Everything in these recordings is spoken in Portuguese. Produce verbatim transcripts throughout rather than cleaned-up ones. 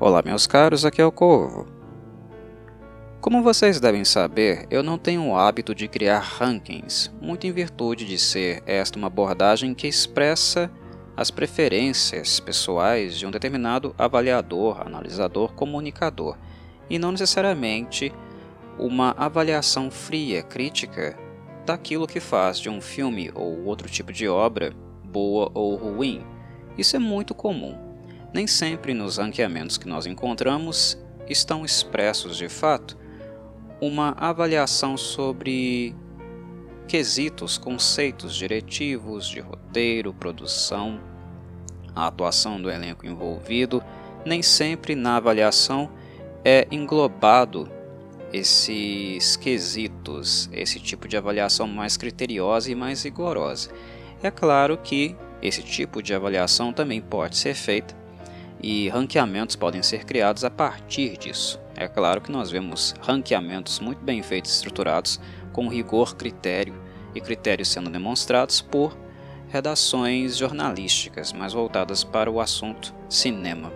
Olá meus caros, aqui é o Corvo. Como vocês devem saber, eu não tenho o hábito de criar rankings, muito em virtude de ser esta uma abordagem que expressa as preferências pessoais de um determinado avaliador, analisador, comunicador, e não necessariamente uma avaliação fria, crítica, daquilo que faz de um filme ou outro tipo de obra boa ou ruim. Isso é muito comum. Nem sempre nos ranqueamentos que nós encontramos estão expressos de fato uma avaliação sobre quesitos, conceitos diretivos de roteiro, produção, a atuação do elenco envolvido. Nem sempre na avaliação é englobado esses quesitos, esse tipo de avaliação mais criteriosa e mais rigorosa. É claro que esse tipo de avaliação também pode ser feita e ranqueamentos podem ser criados a partir disso. É claro que nós vemos ranqueamentos muito bem feitos e estruturados, com rigor, critério e critérios sendo demonstrados por redações jornalísticas mais voltadas para o assunto cinema.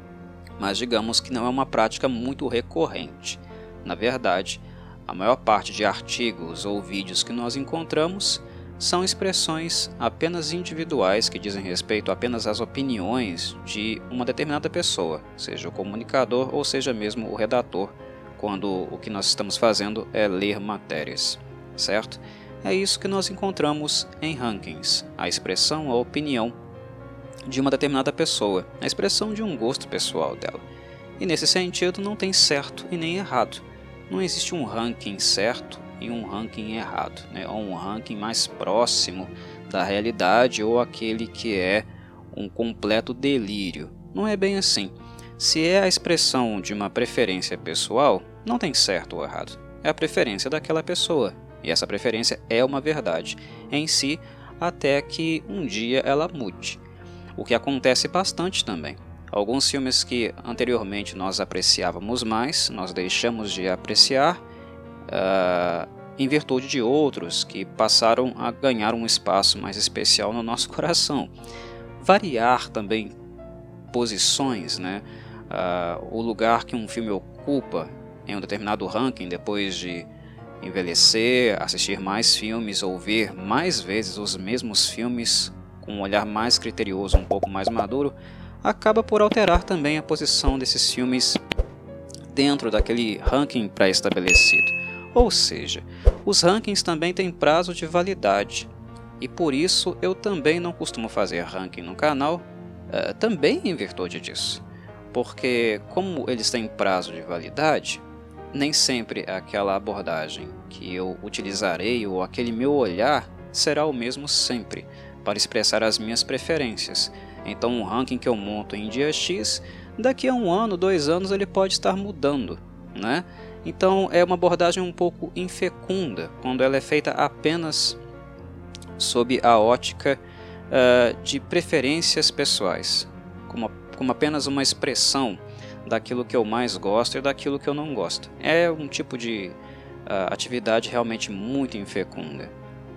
Mas digamos que não é uma prática muito recorrente. Na verdade, a maior parte de artigos ou vídeos que nós encontramos são expressões apenas individuais que dizem respeito apenas às opiniões de uma determinada pessoa, seja o comunicador ou seja mesmo o redator, quando o que nós estamos fazendo é ler matérias, certo? É isso que nós encontramos em rankings, a expressão, a opinião de uma determinada pessoa, a expressão de um gosto pessoal dela. E nesse sentido não tem certo e nem errado, não existe um ranking certo e um ranking errado, né? Ou um ranking mais próximo da realidade ou aquele que é um completo delírio. Não é bem assim. Se é a expressão de uma preferência pessoal, não tem certo ou errado. É a preferência daquela pessoa. E essa preferência é uma verdade em si, até que um dia ela mude. O que acontece bastante também. Alguns filmes que anteriormente nós apreciávamos mais, nós deixamos de apreciar Uh, em virtude de outros que passaram a ganhar um espaço mais especial no nosso coração. Variar também posições, né? Uh, o lugar que um filme ocupa em um determinado ranking depois de envelhecer, assistir mais filmes ou ver mais vezes os mesmos filmes com um olhar mais criterioso, um pouco mais maduro, acaba por alterar também a posição desses filmes dentro daquele ranking pré-estabelecido. Ou seja, os rankings também têm prazo de validade, e por isso eu também não costumo fazer ranking no canal, uh, também em virtude disso. Porque como eles têm prazo de validade, nem sempre aquela abordagem que eu utilizarei ou aquele meu olhar será o mesmo sempre, para expressar as minhas preferências. Então um ranking que eu monto em dia X, daqui a um ano, dois anos ele pode estar mudando, né? Então é uma abordagem um pouco infecunda quando ela é feita apenas sob a ótica uh, de preferências pessoais, como, como apenas uma expressão daquilo que eu mais gosto e daquilo que eu não gosto. É um tipo de uh, atividade realmente muito infecunda.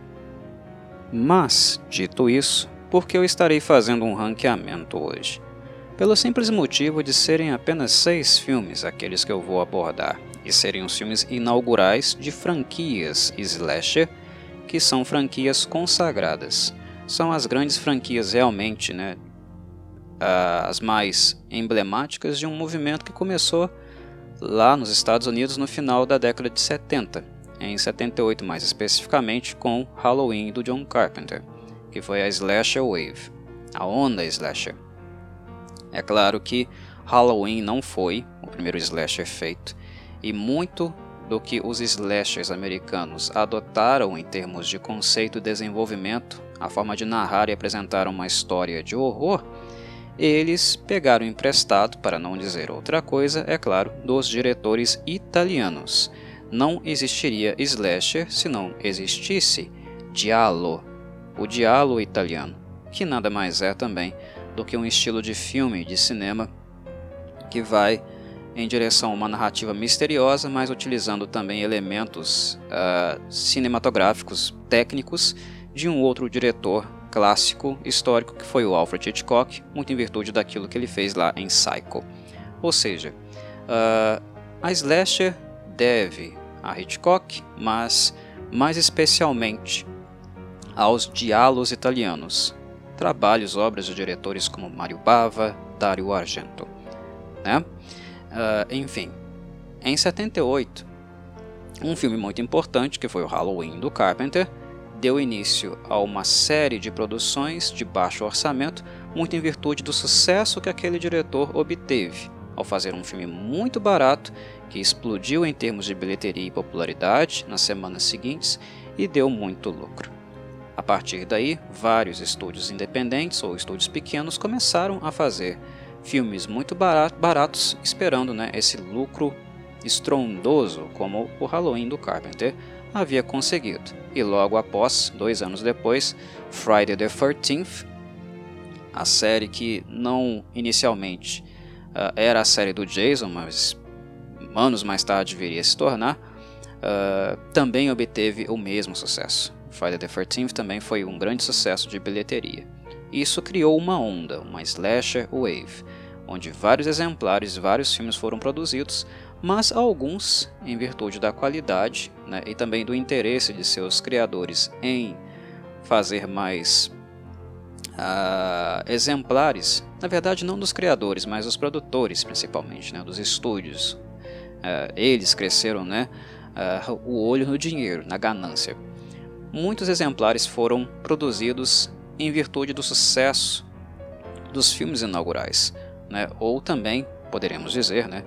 Mas, dito isso, por que eu estarei fazendo um ranqueamento hoje? Pelo simples motivo de serem apenas seis filmes aqueles que eu vou abordar, e serem os filmes inaugurais de franquias slasher, que são franquias consagradas. São as grandes franquias realmente, né, as mais emblemáticas de um movimento que começou lá nos Estados Unidos no final da década de setenta, em setenta e oito mais especificamente, com Halloween do John Carpenter, que foi a Slasher Wave, a onda slasher. É claro que Halloween não foi o primeiro slasher feito, e muito do que os slashers americanos adotaram em termos de conceito e desenvolvimento, a forma de narrar e apresentar uma história de horror, eles pegaram emprestado, para não dizer outra coisa, é claro, dos diretores italianos. Não existiria slasher se não existisse giallo, o giallo italiano, que nada mais é também do que um estilo de filme de cinema que vai em direção a uma narrativa misteriosa, mas utilizando também elementos uh, cinematográficos técnicos de um outro diretor clássico histórico que foi o Alfred Hitchcock, muito em virtude daquilo que ele fez lá em Psycho. Ou seja, uh, a slasher deve a Hitchcock, mas mais especialmente aos giallos italianos, trabalhos, obras de diretores como Mario Bava, Dario Argento, né? Uh, enfim, em setenta e oito, um filme muito importante, que foi o Halloween do Carpenter, deu início a uma série de produções de baixo orçamento, muito em virtude do sucesso que aquele diretor obteve, ao fazer um filme muito barato, que explodiu em termos de bilheteria e popularidade nas semanas seguintes e deu muito lucro. A partir daí, vários estúdios independentes ou estúdios pequenos começaram a fazer filmes muito baratos, esperando, né, esse lucro estrondoso como o Halloween do Carpenter havia conseguido. E logo após, dois anos depois, Friday the thirteenth, a série que não inicialmente uh, era a série do Jason, mas anos mais tarde viria a se tornar, uh, também obteve o mesmo sucesso. Friday the thirteenth também foi um grande sucesso de bilheteria. Isso criou uma onda, uma slasher wave, onde vários exemplares, vários filmes foram produzidos, mas alguns, em virtude da qualidade, né, e também do interesse de seus criadores em fazer mais uh, exemplares, na verdade não dos criadores, mas dos produtores principalmente, né, dos estúdios. Uh, eles cresceram, né, uh, o olho no dinheiro, na ganância. Muitos exemplares foram produzidos em virtude do sucesso dos filmes inaugurais, né, ou também, poderíamos dizer, né,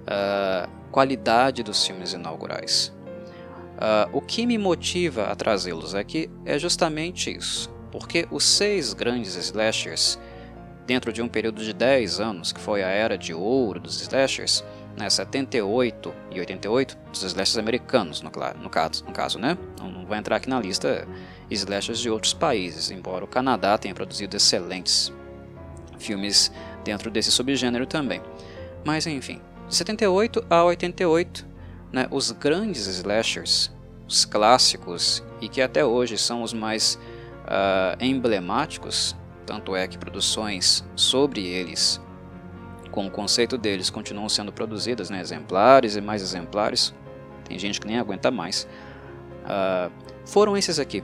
a qualidade dos filmes inaugurais. Uh, o que me motiva a trazê-los aqui é justamente isso, porque os seis grandes slashers, dentro de um período de dez anos, que foi a era de ouro dos slashers, né, setenta e oito e oitenta e oito, dos slashers americanos, no, no, caso, no caso, né? Não, não vai entrar aqui na lista slashers de outros países, embora o Canadá tenha produzido excelentes filmes dentro desse subgênero também. Mas enfim, de setenta e oito a oitenta e oito, né, os grandes slashers, os clássicos e que até hoje são os mais uh, emblemáticos, tanto é que produções sobre eles, com o conceito deles, continuam sendo produzidas, né, exemplares e mais exemplares, tem gente que nem aguenta mais, uh, foram esses aqui,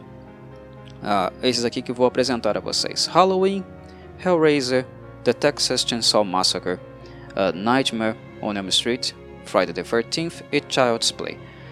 uh, esses aqui que eu vou apresentar a vocês: Halloween, Hellraiser, The Texas Chainsaw Massacre, uh, Nightmare on Elm Street, Friday the thirteenth e Child's Play,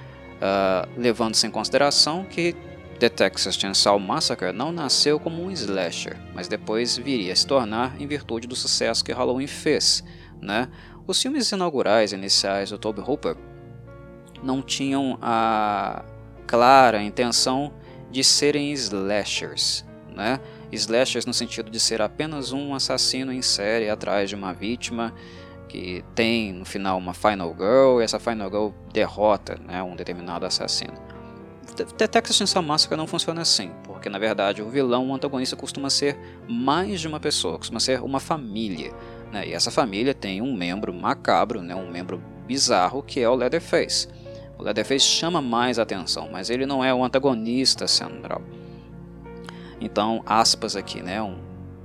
uh, levando-se em consideração que The Texas Chainsaw Massacre não nasceu como um slasher, mas depois viria a se tornar em virtude do sucesso que Halloween fez, né? Os filmes inaugurais iniciais do Tobe Hooper não tinham a clara intenção de serem slashers, né? Slashers no sentido de ser apenas um assassino em série atrás de uma vítima que tem no final uma Final Girl e essa Final Girl derrota, né, um determinado assassino. The Texas Chainsaw Massacre não funciona assim, porque na verdade o vilão, o antagonista, costuma ser mais de uma pessoa, costuma ser uma família, né? E essa família tem um membro macabro, né, um membro bizarro, que é o Leatherface. O Leatherface chama mais atenção, mas ele não é o antagonista central. Então, aspas aqui, né, um,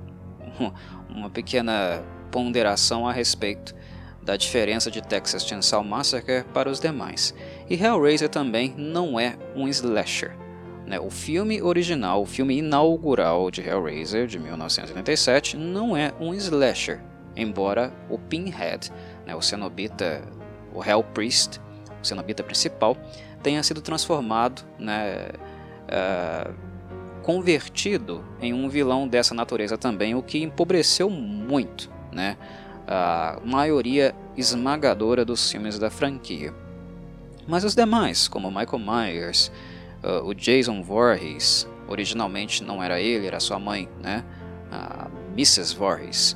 uma pequena ponderação a respeito da diferença de Texas Chainsaw Massacre para os demais. E Hellraiser também não é um slasher, né? O filme original, o filme inaugural de Hellraiser, de mil novecentos e oitenta e sete, não é um slasher, embora o Pinhead, né, o cenobita, o Hell Priest, o cenobita principal, tenha sido transformado, né, uh, convertido em um vilão dessa natureza também, o que empobreceu muito, né, a maioria esmagadora dos filmes da franquia. Mas os demais, como Michael Myers, uh, o Jason Voorhees, originalmente não era ele, era sua mãe, né, a missus Voorhees,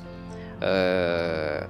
uh,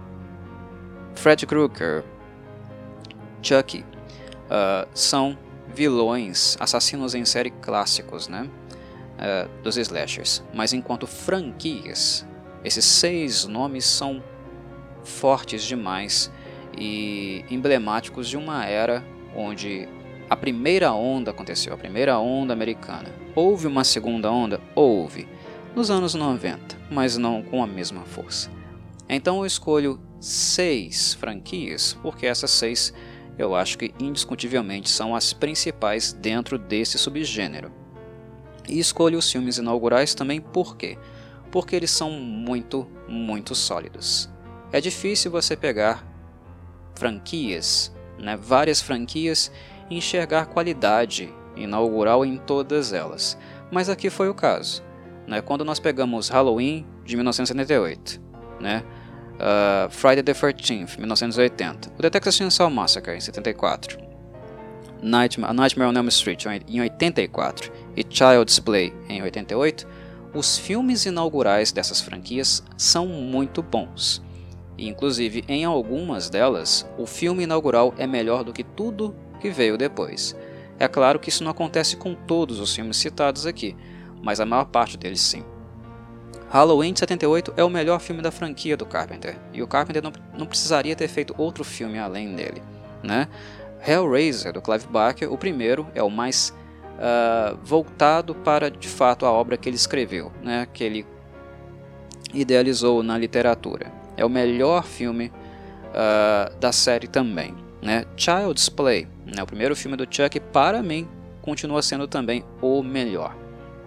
Fred Krueger, Chucky, uh, são vilões, assassinos em série clássicos, né, uh, dos slashers. Mas enquanto franquias, esses seis nomes são fortes demais e emblemáticos de uma era onde a primeira onda aconteceu, a primeira onda americana. Houve uma segunda onda? Houve, nos anos noventa, mas não com a mesma força. Então eu escolho seis franquias, porque essas seis eu acho que indiscutivelmente são as principais dentro desse subgênero. E escolho os filmes inaugurais também por quê? Porque eles são muito, muito sólidos. É difícil você pegar franquias, né, várias franquias, e enxergar qualidade inaugural em todas elas. Mas aqui foi o caso. Né, quando nós pegamos Halloween, de mil novecentos e setenta e oito, né, uh, Friday the thirteenth, mil novecentos e oitenta, o The Texas Chainsaw Massacre, em setenta e quatro, Nightmare, Nightmare on Elm Street, em oitenta e quatro, e Child's Play, em oitenta e oito, os filmes inaugurais dessas franquias são muito bons. E, inclusive, em algumas delas, o filme inaugural é melhor do que tudo que veio depois. É claro que isso não acontece com todos os filmes citados aqui, mas a maior parte deles sim. Halloween de setenta e oito é o melhor filme da franquia do Carpenter, e o Carpenter não, não precisaria ter feito outro filme além dele. Né? Hellraiser, do Clive Barker, o primeiro, é o mais uh, voltado para, de fato, a obra que ele escreveu, né? Que ele idealizou na literatura. É o melhor filme uh, da série também. Né? Child's Play, né? O primeiro filme do Chuck, para mim, continua sendo também o melhor.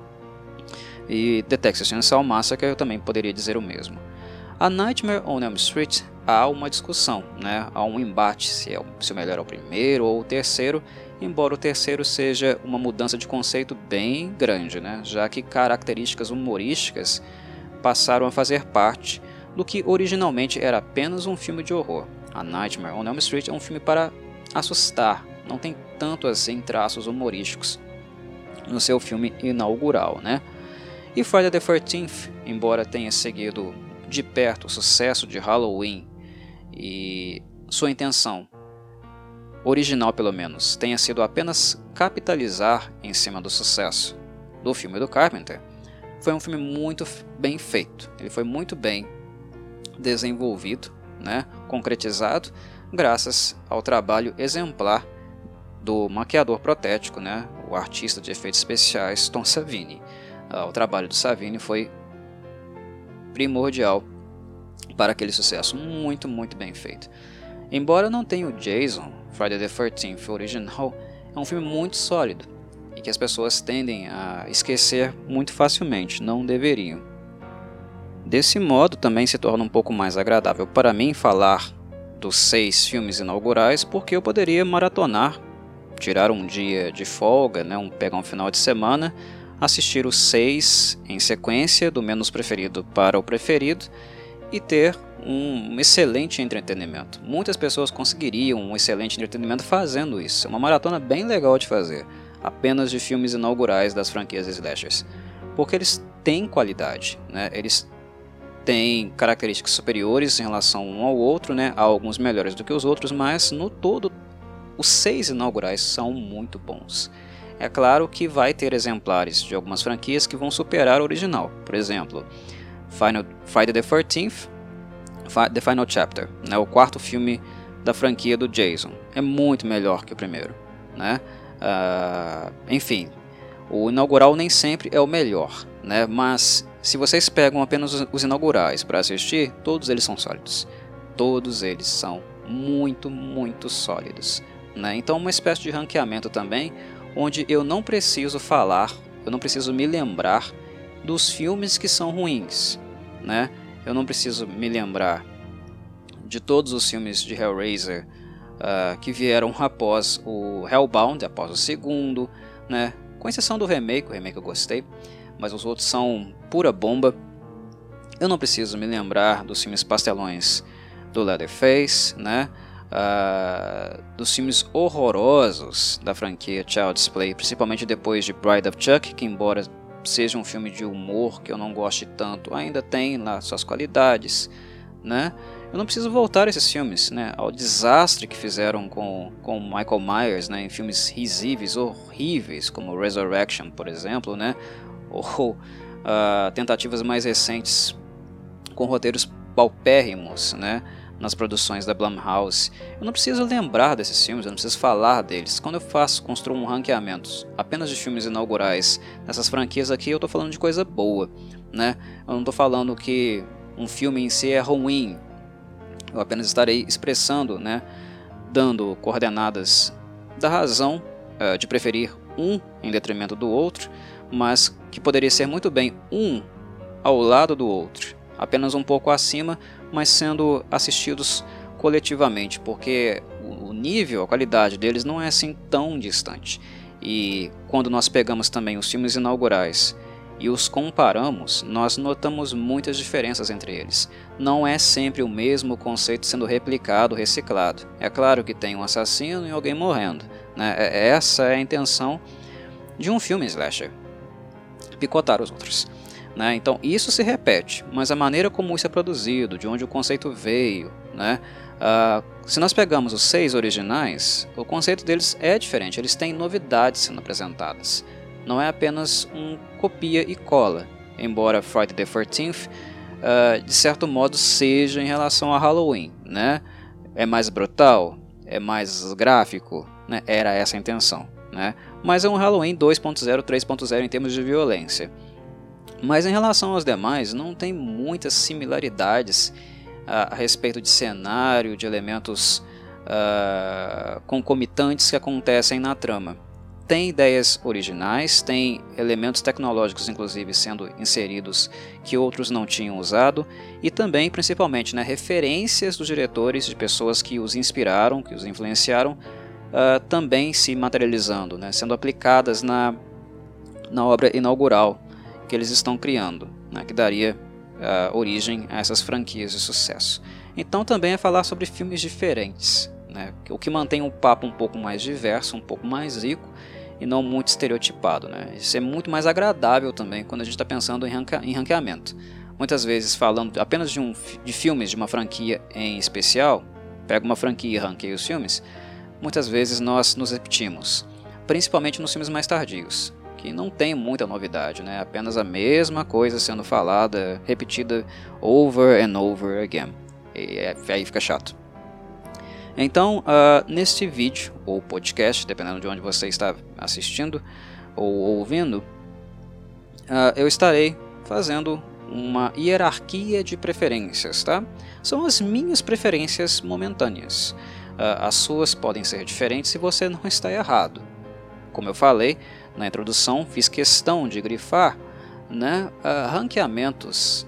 E The Texas Chainsaw Massacre eu também poderia dizer o mesmo. A Nightmare on Elm Street, há uma discussão, né? Há um embate se, é o, se o melhor é o primeiro ou o terceiro, embora o terceiro seja uma mudança de conceito bem grande, né? Já que características humorísticas passaram a fazer parte do que originalmente era apenas um filme de horror. A Nightmare on Elm Street é um filme para assustar, não tem tanto assim traços humorísticos no seu filme inaugural, né? E Friday the thirteenth, embora tenha seguido de perto o sucesso de Halloween e sua intenção, original pelo menos, tenha sido apenas capitalizar em cima do sucesso do filme do Carpenter, foi um filme muito bem feito. Ele foi muito bem desenvolvido, né, concretizado, graças ao trabalho exemplar do maquiador protético, né, o artista de efeitos especiais Tom Savini. Uh, o trabalho do Savini foi primordial para aquele sucesso, muito, muito bem feito. Embora não tenha o Jason, Friday the thirteenth original é um filme muito sólido e que as pessoas tendem a esquecer muito facilmente, não deveriam. Desse modo também se torna um pouco mais agradável para mim falar dos seis filmes inaugurais, porque eu poderia maratonar, tirar um dia de folga, né, um, pegar um final de semana, assistir os seis em sequência, do menos preferido para o preferido, e ter um excelente entretenimento. Muitas pessoas conseguiriam um excelente entretenimento fazendo isso. É uma maratona bem legal de fazer, apenas de filmes inaugurais das franquias slashers, porque eles têm qualidade, né? Eles têm características superiores em relação um ao outro, né? Há alguns melhores do que os outros, mas no todo os seis inaugurais são muito bons. É claro que vai ter exemplares de algumas franquias que vão superar o original. Por exemplo, Final, Friday the thirteenth, The Final Chapter, né, o quarto filme da franquia do Jason. É muito melhor que o primeiro. Né? Uh, enfim, o inaugural nem sempre é o melhor. Né? Mas se vocês pegam apenas os inaugurais para assistir, todos eles são sólidos. Todos eles são muito, muito sólidos. Né? Então uma espécie de ranqueamento também, onde eu não preciso falar, eu não preciso me lembrar dos filmes que são ruins, né? Eu não preciso me lembrar de todos os filmes de Hellraiser uh, que vieram após o Hellbound, após o segundo, né? Com exceção do remake, o remake eu gostei, mas os outros são pura bomba. Eu não preciso me lembrar dos filmes pastelões do Leatherface, né? Uh, dos filmes horrorosos da franquia Child's Play, principalmente depois de Bride of Chuck, que embora seja um filme de humor que eu não goste tanto, ainda tem lá suas qualidades, né? Eu não preciso voltar a esses filmes, né, ao desastre que fizeram com, com Michael Myers, né, em filmes risíveis, horríveis, como Resurrection, por exemplo, né, ou uh, tentativas mais recentes com roteiros paupérrimos, né, nas produções da Blumhouse. Eu não preciso lembrar desses filmes, eu não preciso falar deles. Quando eu faço, construo um ranqueamento apenas de filmes inaugurais nessas franquias aqui, eu estou falando de coisa boa, né? Eu não estou falando que um filme em si é ruim, Eu apenas estarei expressando, né, dando coordenadas da razão uh, de preferir um em detrimento do outro, mas que poderia ser muito bem um ao lado do outro, apenas um pouco acima, mas sendo assistidos coletivamente, porque o nível, a qualidade deles não é assim tão distante. E quando nós pegamos também os filmes inaugurais e os comparamos, nós notamos muitas diferenças entre eles. Não é sempre o mesmo conceito sendo replicado, reciclado. É claro que tem um assassino e alguém morrendo, né? Essa é a intenção de um filme slasher, picotar os outros, né? Então isso se repete, mas a maneira como isso é produzido, de onde o conceito veio, né? Uh, se nós pegamos os seis originais, o conceito deles é diferente, eles têm novidades sendo apresentadas. Não é apenas um copia e cola, embora Friday the thirteenth uh, de certo modo seja em relação a Halloween, né? É mais brutal, é mais gráfico, né? Era essa a intenção, né? Mas é um Halloween dois ponto zero, três ponto zero em termos de violência. Mas em relação aos demais, não tem muitas similaridades a, a respeito de cenário, de elementos uh, concomitantes que acontecem na trama. Tem ideias originais, tem elementos tecnológicos inclusive sendo inseridos que outros não tinham usado, e também, principalmente, né, referências dos diretores, de pessoas que os inspiraram, que os influenciaram, uh, também se materializando, né, sendo aplicadas na, na obra inaugural que eles estão criando, né, que daria uh, origem a essas franquias de sucesso. Então também é falar sobre filmes diferentes, né, o que mantém o papo um pouco mais diverso, um pouco mais rico, e não muito estereotipado, né? Isso é muito mais agradável também quando a gente está pensando em, ranca, em ranqueamento. Muitas vezes falando apenas de, um, de filmes de uma franquia em especial, pega uma franquia e ranqueia os filmes, muitas vezes nós nos repetimos, principalmente nos filmes mais tardios, que não tem muita novidade, né? Apenas a mesma coisa sendo falada, repetida over and over again, e aí fica chato. Então, uh, neste vídeo, ou podcast, dependendo de onde você está assistindo ou ouvindo, uh, eu estarei fazendo uma hierarquia de preferências, tá? São as minhas preferências momentâneas. Uh, as suas podem ser diferentes se você não está errado. Como eu falei na introdução, fiz questão de grifar, né? Uh, ranqueamentos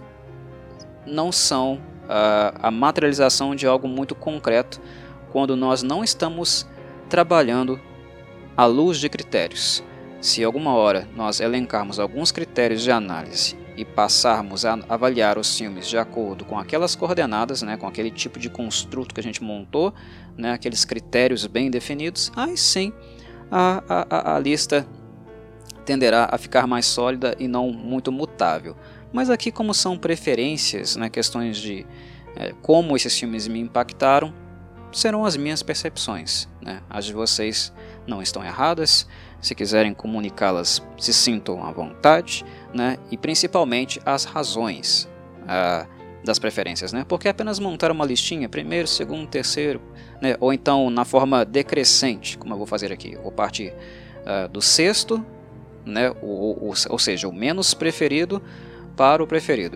não são uh, a materialização de algo muito concreto, quando nós não estamos trabalhando à luz de critérios. Se alguma hora nós elencarmos alguns critérios de análise e passarmos a avaliar os filmes de acordo com aquelas coordenadas, né, com aquele tipo de construto que a gente montou, né, aqueles critérios bem definidos, aí sim a, a, a lista tenderá a ficar mais sólida e não muito mutável. Mas aqui, como são preferências, né, questões de é, como esses filmes me impactaram, serão as minhas percepções, né? As de vocês não estão erradas. Se quiserem comunicá-las, se sintam à vontade, né? E principalmente as razões ah, das preferências, né? Porque apenas montar uma listinha, primeiro, segundo, terceiro, né? Ou então na forma decrescente, como eu vou fazer aqui. Eu vou partir ah, do sexto, né? O, o, ou seja, o menos preferido para o preferido.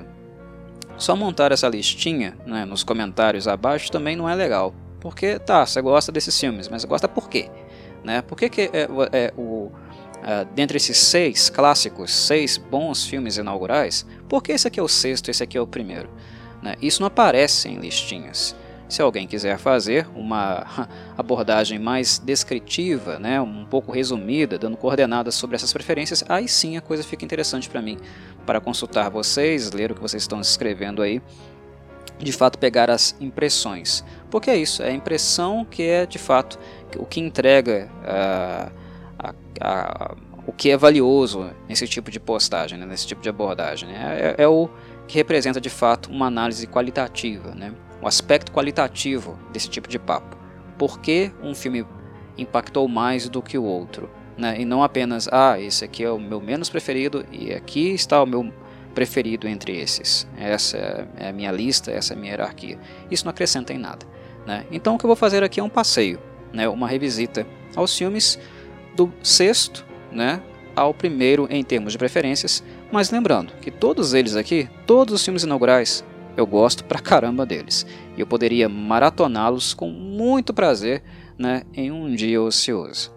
Só montar essa listinha, né, nos comentários abaixo também não é legal. Porque, tá, você gosta desses filmes, mas você gosta por quê? Né? Por que, que é, é, o, uh, dentre esses seis clássicos, seis bons filmes inaugurais, por que esse aqui é o sexto e esse aqui é o primeiro? Né? Isso não aparece em listinhas. Se alguém quiser fazer uma abordagem mais descritiva, né, um pouco resumida, dando coordenadas sobre essas preferências, aí sim a coisa fica interessante para mim, para consultar vocês, ler o que vocês estão escrevendo aí, de fato pegar as impressões, porque é isso, é a impressão que é de fato o que entrega uh, a, a, o que é valioso nesse tipo de postagem, né, nesse tipo de abordagem, né, é, é o que representa de fato uma análise qualitativa, né, o aspecto qualitativo desse tipo de papo. Por que um filme impactou mais do que o outro, né, e não apenas, ah, esse aqui é o meu menos preferido e aqui está o meu preferido entre esses. Essa é a minha lista, essa é a minha hierarquia. Isso não acrescenta em nada, né? Então o que eu vou fazer aqui é um passeio, né? Uma revisita aos filmes do sexto, né, ao primeiro em termos de preferências, mas lembrando que todos eles aqui, todos os filmes inaugurais, eu gosto pra caramba deles. E eu poderia maratoná-los com muito prazer, né, em um dia ocioso.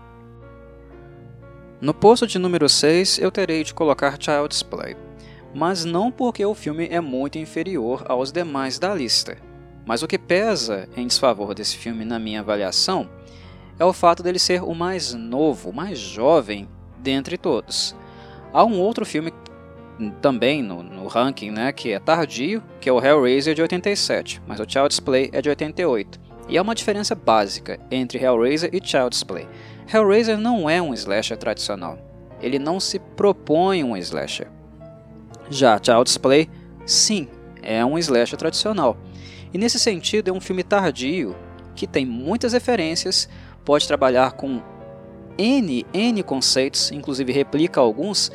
No posto de número seis, eu terei de colocar Child's Play, mas não porque o filme é muito inferior aos demais da lista. Mas o que pesa em desfavor desse filme na minha avaliação é o fato dele ser o mais novo, o mais jovem dentre todos. Há um outro filme também no, no ranking, né, que é tardio, que é o Hellraiser de oitenta e sete, mas o Child's Play é de oitenta e oito. E há uma diferença básica entre Hellraiser e Child's Play. Hellraiser não é um slasher tradicional. Ele não se propõe um slasher. Já Child's Play, sim, é um slasher tradicional. E nesse sentido é um filme tardio, que tem muitas referências, pode trabalhar com N, N conceitos, inclusive replica alguns,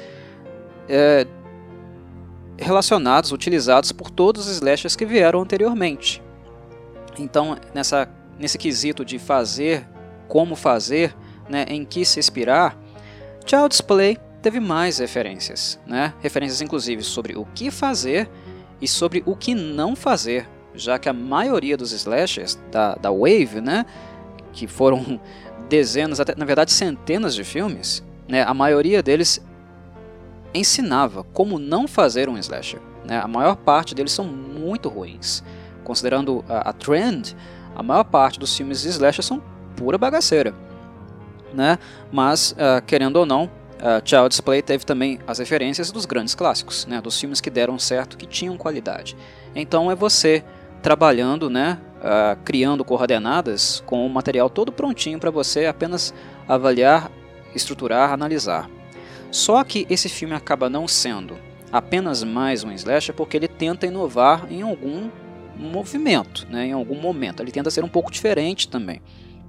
é, relacionados, utilizados por todos os slashers que vieram anteriormente. Então, nessa, nesse quesito de fazer, como fazer, né, em que se inspirar, Child's Play teve mais referências, né? Referências inclusive sobre o que fazer e sobre o que não fazer, já que a maioria dos slashers da, da Wave, né, que foram dezenas, até, na verdade centenas de filmes, né, a maioria deles ensinava como não fazer um slasher, né? A maior parte deles são muito ruins. Considerando a, a trend, a maior parte dos filmes de slasher são pura bagaceira, né? Mas, uh, querendo ou não, uh, Child's Play teve também as referências dos grandes clássicos, né? Dos filmes que deram certo, que tinham qualidade. Então é você trabalhando, né? Uh, criando coordenadas com o material todo prontinho para você apenas avaliar, estruturar, analisar. Só que esse filme acaba não sendo apenas mais um slasher porque ele tenta inovar em algum movimento, né, em algum momento. Ele tenta ser um pouco diferente também.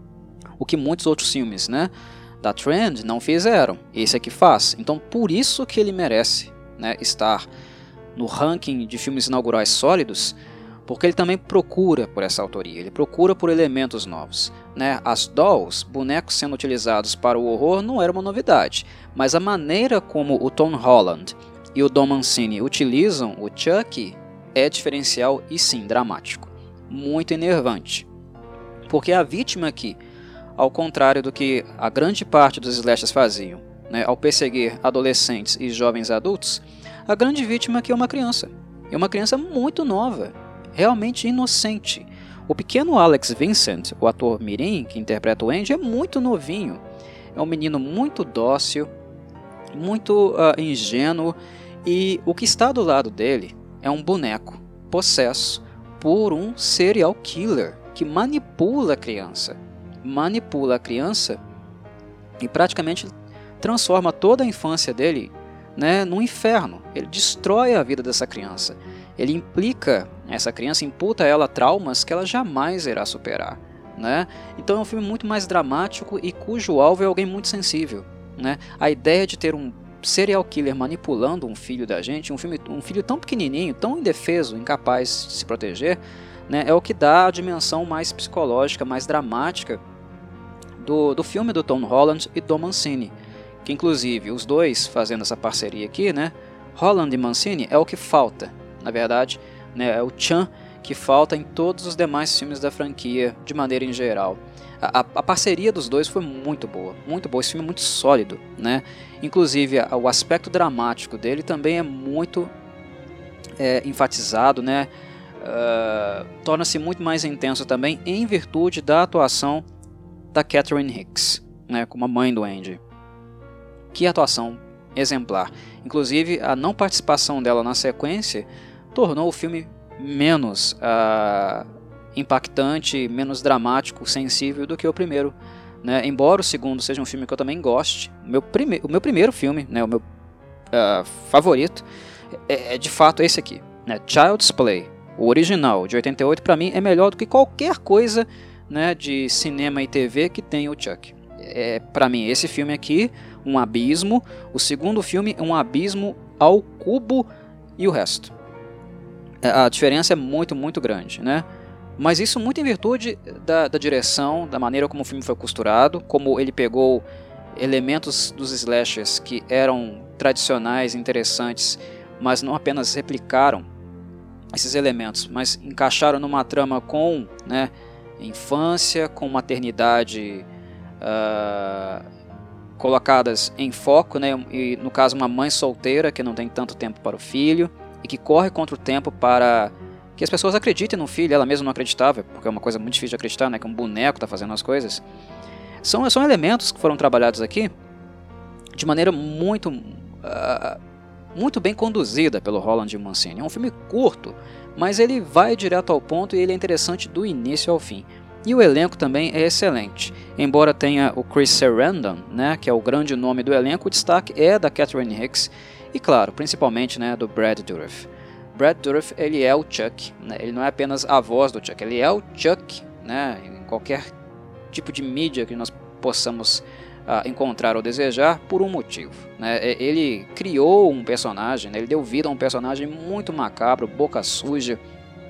O que muitos outros filmes, né, da trend não fizeram. Esse aqui faz. Então por isso que ele merece, né, estar no ranking de filmes inaugurais sólidos, porque ele também procura por essa autoria, ele procura por elementos novos, né? As dolls, bonecos sendo utilizados para o horror, não era uma novidade, mas a maneira como o Tom Holland e o Don Mancini utilizam o Chucky é diferencial e sim dramático, muito enervante, porque a vítima aqui, ao contrário do que a grande parte dos slashers faziam, né, ao perseguir adolescentes e jovens adultos, a grande vítima aqui é uma criança, é uma criança muito nova, realmente inocente. O pequeno Alex Vincent, o ator mirim que interpreta o Andy, é muito novinho. É um menino muito dócil, muito uh, ingênuo, e o que está do lado dele é um boneco possesso por um serial killer que manipula a criança. Manipula a criança e praticamente transforma toda a infância dele, né, num inferno. Ele destrói a vida dessa criança. Ele implica essa criança, imputa a ela traumas que ela jamais irá superar, né? Então é um filme muito mais dramático e cujo alvo é alguém muito sensível, né? A ideia de ter um serial killer manipulando um filho da gente, um, filme, um filho tão pequenininho, tão indefeso, incapaz de se proteger, né, é o que dá a dimensão mais psicológica, mais dramática do, do filme do Tom Holland e do Mancini, que inclusive os dois fazendo essa parceria aqui, né, Holland e Mancini é o que falta. Na verdade, né, é o tchan que falta em todos os demais filmes da franquia, de maneira em geral. A, a, a parceria dos dois foi muito boa, muito boa. Esse filme é muito sólido, né? Inclusive, a, o aspecto dramático dele também é muito é, enfatizado, né? Uh, torna-se muito mais intenso também em virtude da atuação da Catherine Hicks, né, como a mãe do Andy. Que atuação exemplar. Inclusive, a não participação dela na sequência tornou o filme menos uh, impactante, menos dramático, sensível do que o primeiro, né? Embora o segundo seja um filme que eu também goste, o meu, prime o meu primeiro filme, né, o meu uh, favorito, é, é de fato esse aqui, né? Child's Play, o original de oitenta e oito, para mim é melhor do que qualquer coisa, né, de cinema e T V que tenha o Chuck. É, para mim esse filme aqui, um abismo, o segundo filme é um abismo ao cubo e o resto. A diferença é muito, muito grande, né? Mas isso muito em virtude da, da direção, da maneira como o filme foi costurado, como ele pegou elementos dos slashers que eram tradicionais, interessantes, mas não apenas replicaram esses elementos, mas encaixaram numa trama com, né, infância, com maternidade uh, colocadas em foco, né, e no caso uma mãe solteira que não tem tanto tempo para o filho e que corre contra o tempo para que as pessoas acreditem no filho. Ela mesma não acreditava, porque é uma coisa muito difícil de acreditar, né, que um boneco está fazendo as coisas. São, são elementos que foram trabalhados aqui de maneira muito, uh, muito bem conduzida pelo Roland D. Mancini. É um filme curto, mas ele vai direto ao ponto e ele é interessante do início ao fim. E o elenco também é excelente. Embora tenha o Chris Sarandon, né, que é o grande nome do elenco, o destaque é da Catherine Hicks e, claro, principalmente, né, do Brad Dourif. Brad Dourif, ele é o Chuck, né? Ele não é apenas a voz do Chuck, ele é o Chuck, né? Em qualquer tipo de mídia que nós possamos uh, encontrar ou desejar, por um motivo, né? Ele criou um personagem, né? Ele deu vida a um personagem muito macabro, boca suja,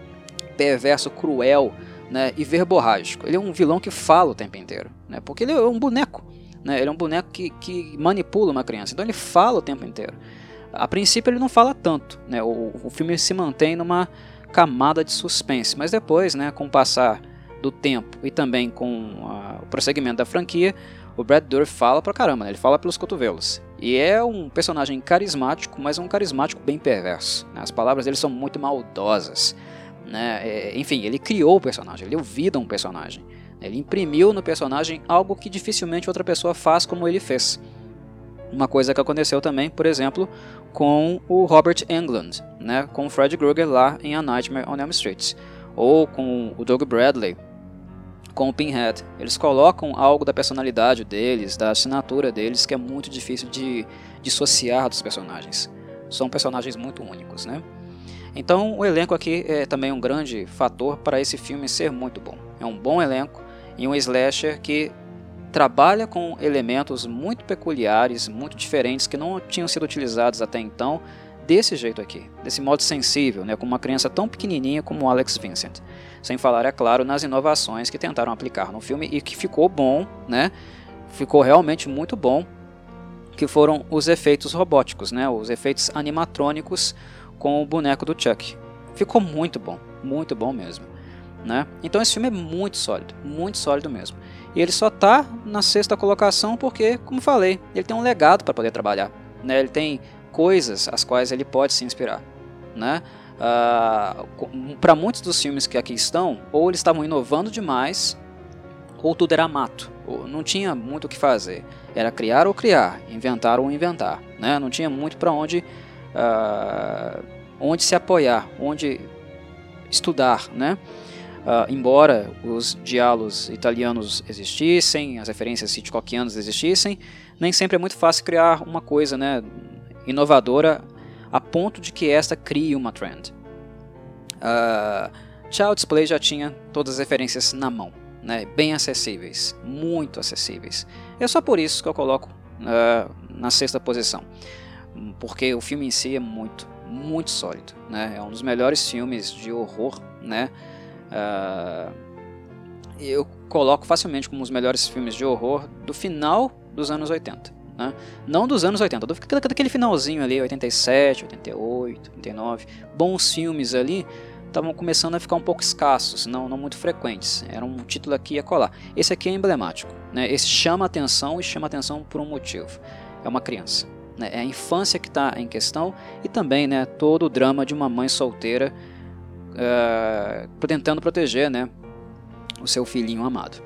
perverso, cruel, né? E verborrágico. Ele é um vilão que fala o tempo inteiro, né? Porque ele é um boneco, né? Ele é um boneco que, que manipula uma criança, então ele fala o tempo inteiro. A princípio ele não fala tanto, né? o, o filme se mantém numa camada de suspense, mas depois, né, com o passar do tempo e também com a, o prosseguimento da franquia, o Brad Dourif fala pra caramba, né? Ele fala pelos cotovelos. E é um personagem carismático, mas um carismático bem perverso, né? As palavras dele são muito maldosas, né? É, enfim, ele criou o personagem, ele deu vida a um personagem, ele imprimiu no personagem algo que dificilmente outra pessoa faz como ele fez. Uma coisa que aconteceu também, por exemplo, com o Robert Englund, né, com o Fred Krueger lá em A Nightmare on Elm Street, ou com o Doug Bradley, com o Pinhead. Eles colocam algo da personalidade deles, da assinatura deles, que é muito difícil de dissociar dos personagens. São personagens muito únicos, né? Então o elenco aqui é também um grande fator para esse filme ser muito bom. É um bom elenco e um slasher que trabalha com elementos muito peculiares, muito diferentes, que não tinham sido utilizados até então, desse jeito aqui, desse modo sensível, né, com uma criança tão pequenininha como o Alex Vincent. Sem falar, é claro, nas inovações que tentaram aplicar no filme e que ficou bom, né, ficou realmente muito bom, que foram os efeitos robóticos, né, os efeitos animatrônicos com o boneco do Chuck. Ficou muito bom, muito bom mesmo. Né? Então esse filme é muito sólido, muito sólido mesmo. E ele só está na sexta colocação porque, como falei, ele tem um legado para poder trabalhar, né? Ele tem coisas às quais ele pode se inspirar, né? Ah, para muitos dos filmes que aqui estão, ou eles estavam inovando demais, ou tudo era mato, ou não tinha muito o que fazer. Era criar ou criar, inventar ou inventar, né? Não tinha muito para onde, ah, onde se apoiar, onde estudar, né? Uh, embora os diálogos italianos existissem, as referências hitchcockianas existissem, nem sempre é muito fácil criar uma coisa, né, inovadora a ponto de que esta crie uma trend. Uh, Child's Play já tinha todas as referências na mão, né, bem acessíveis, muito acessíveis. É só por isso que eu coloco uh, na sexta posição, porque o filme em si é muito, muito sólido, né, é um dos melhores filmes de horror, né. Uh, eu coloco facilmente como os melhores filmes de horror do final dos anos oitenta, né? Não dos anos oitenta, do, daquele finalzinho ali, oitenta e sete, oitenta e oito, oitenta e nove. Bons filmes ali estavam começando a ficar um pouco escassos, não, não muito frequentes. Era um título aqui e acolá. Esse aqui é emblemático, né? Esse chama atenção e chama atenção por um motivo. É uma criança, né? É a infância que está em questão e também, né, todo o drama de uma mãe solteira Uh, tentando proteger, né, o seu filhinho amado.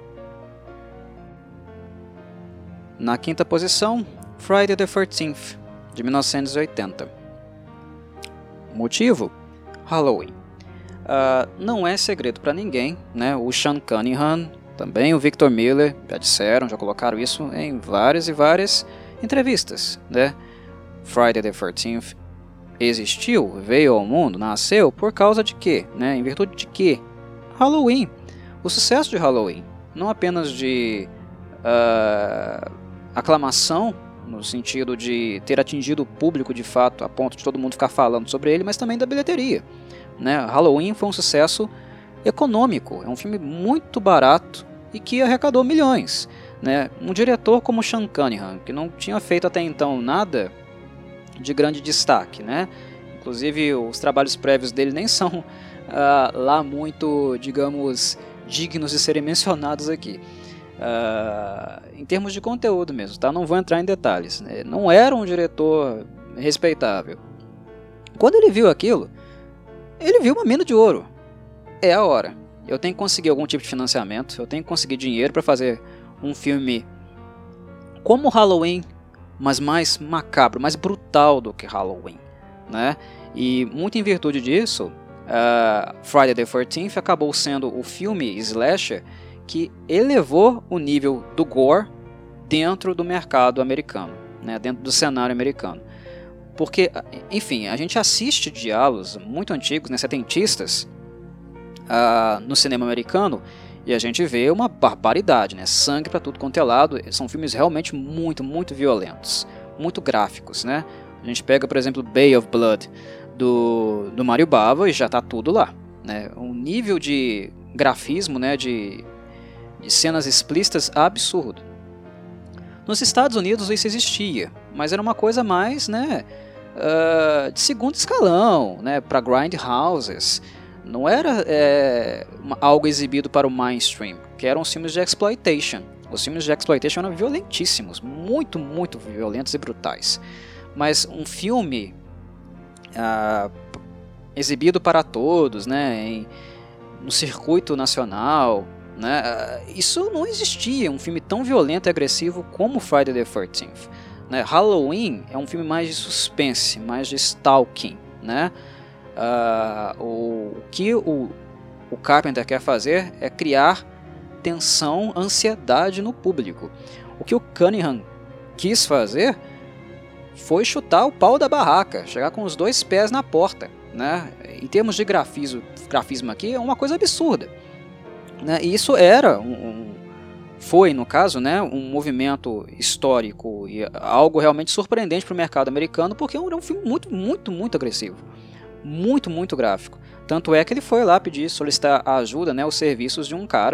Na quinta posição, Friday the thirteenth, de mil novecentos e oitenta. Motivo? Halloween. Uh, não é segredo para ninguém, né, o Sean Cunningham, também o Victor Miller, já disseram, já colocaram isso em várias e várias entrevistas, né? Friday the thirteenth existiu, veio ao mundo, nasceu por causa de quê? Né? Em virtude de quê? Halloween. O sucesso de Halloween, não apenas de uh, aclamação, no sentido de ter atingido o público de fato, a ponto de todo mundo ficar falando sobre ele, mas também da bilheteria. Né? Halloween foi um sucesso econômico, é um filme muito barato e que arrecadou milhões. Né? Um diretor como Sean Cunningham, que não tinha feito até então nada de grande destaque, né? Inclusive, os trabalhos prévios dele nem são uh, lá muito, digamos, dignos de serem mencionados aqui. Uh, em termos de conteúdo mesmo, tá? Não vou entrar em detalhes, né? Não era um diretor respeitável. Quando ele viu aquilo, ele viu uma mina de ouro. É a hora. Eu tenho que conseguir algum tipo de financiamento, eu tenho que conseguir dinheiro para fazer um filme como Halloween, mas mais macabro, mais brutal do que Halloween, né? E muito em virtude disso, uh, Friday the thirteenth acabou sendo o filme slasher que elevou o nível do gore dentro do mercado americano, né? Dentro do cenário americano. Porque, enfim, a gente assiste diálogos muito antigos, né, setentistas, uh, no cinema americano, e a gente vê uma barbaridade, né? Sangue para tudo quanto é lado. São filmes realmente muito, muito violentos, muito gráficos, né? A gente pega, por exemplo, Bay of Blood do, do Mario Bava e já está tudo lá, né? Um nível de grafismo, né, de, de cenas explícitas absurdo. Nos Estados Unidos isso existia, mas era uma coisa mais, né, uh, de segundo escalão, né, para grindhouses. Não era é, uma, algo exibido para o mainstream, que eram os filmes de exploitation. Os filmes de exploitation eram violentíssimos, muito, muito violentos e brutais. Mas um filme uh, exibido para todos, né, em, no circuito nacional, né, uh, isso não existia. Um filme tão violento e agressivo como Friday the thirteenth. Né? Halloween é um filme mais de suspense, mais de stalking, né? Uh, o, o que o, o Carpenter quer fazer é criar tensão, ansiedade no público. O que o Cunningham quis fazer foi chutar o pau da barraca, chegar com os dois pés na porta, né? Em termos de grafismo, grafismo aqui é uma coisa absurda, né? E isso era um, um, foi no caso, né, um movimento histórico e algo realmente surpreendente para o mercado americano, porque era um filme muito, muito, muito agressivo. Muito, muito gráfico. Tanto é que ele foi lá pedir, solicitar a ajuda, né, os serviços de um cara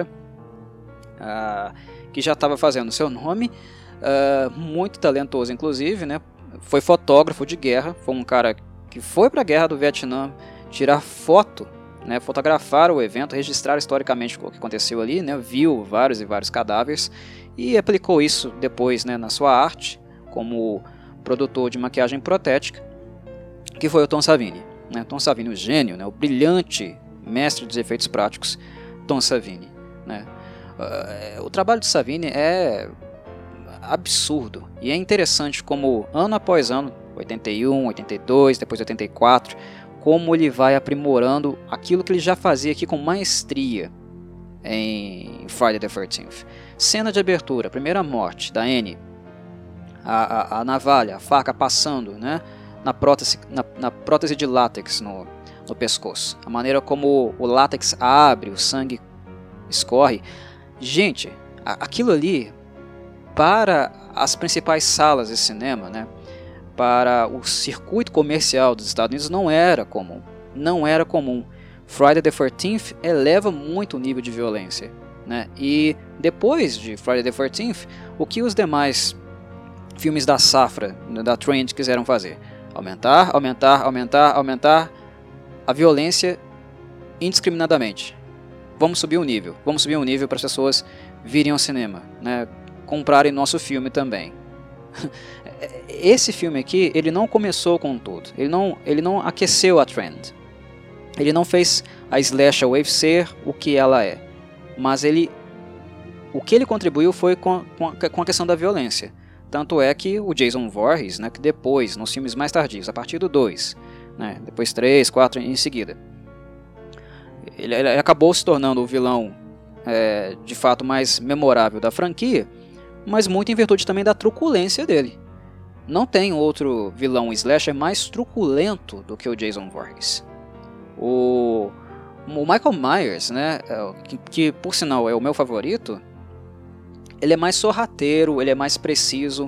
uh, que já estava fazendo seu nome, uh, muito talentoso inclusive, né, foi fotógrafo de guerra, foi um cara que foi para a guerra do Vietnã tirar foto, né, fotografar o evento, registrar historicamente o que aconteceu ali, né, viu vários e vários cadáveres e aplicou isso depois, né, na sua arte como produtor de maquiagem protética, que foi o Tom Savini. Né, Tom Savini, o gênio, né, o brilhante mestre dos efeitos práticos, Tom Savini. Né. Uh, o trabalho de Savini é absurdo e é interessante como ano após ano, oitenta e um, oitenta e dois, depois oitenta e quatro, como ele vai aprimorando aquilo que ele já fazia aqui com maestria em Friday the thirteenth. Cena de abertura, primeira morte da Annie, a, a, a navalha, a faca passando, né, Na prótese, na, na prótese de látex no, no pescoço. A maneira como o látex abre, o sangue escorre. Gente, a, aquilo ali, para as principais salas de cinema, né, para o circuito comercial dos Estados Unidos, não era comum. Não era comum. Friday the thirteenth eleva muito o nível de violência. Né? E depois de Friday the thirteenth, o que os demais filmes da safra, da Trend, quiseram fazer? Aumentar, aumentar, aumentar, aumentar a violência indiscriminadamente. Vamos subir o nível. Vamos subir o nível para as pessoas virem ao cinema, né? Comprarem nosso filme também. Esse filme aqui, ele não começou com tudo. Ele não, ele não aqueceu a trend. Ele não fez a Slasher Wave ser o que ela é. Mas ele, o que ele contribuiu foi com, com, a, com a questão da violência. Tanto é que o Jason Voorhees, né, que depois, nos filmes mais tardios, a partir do dois, né, depois três, quatro em seguida, ele, ele acabou se tornando o vilão é, de fato mais memorável da franquia, mas muito em virtude também da truculência dele. Não tem outro vilão slasher mais truculento do que o Jason Voorhees. O, o Michael Myers, né, que, que por sinal é o meu favorito, ele é mais sorrateiro, ele é mais preciso,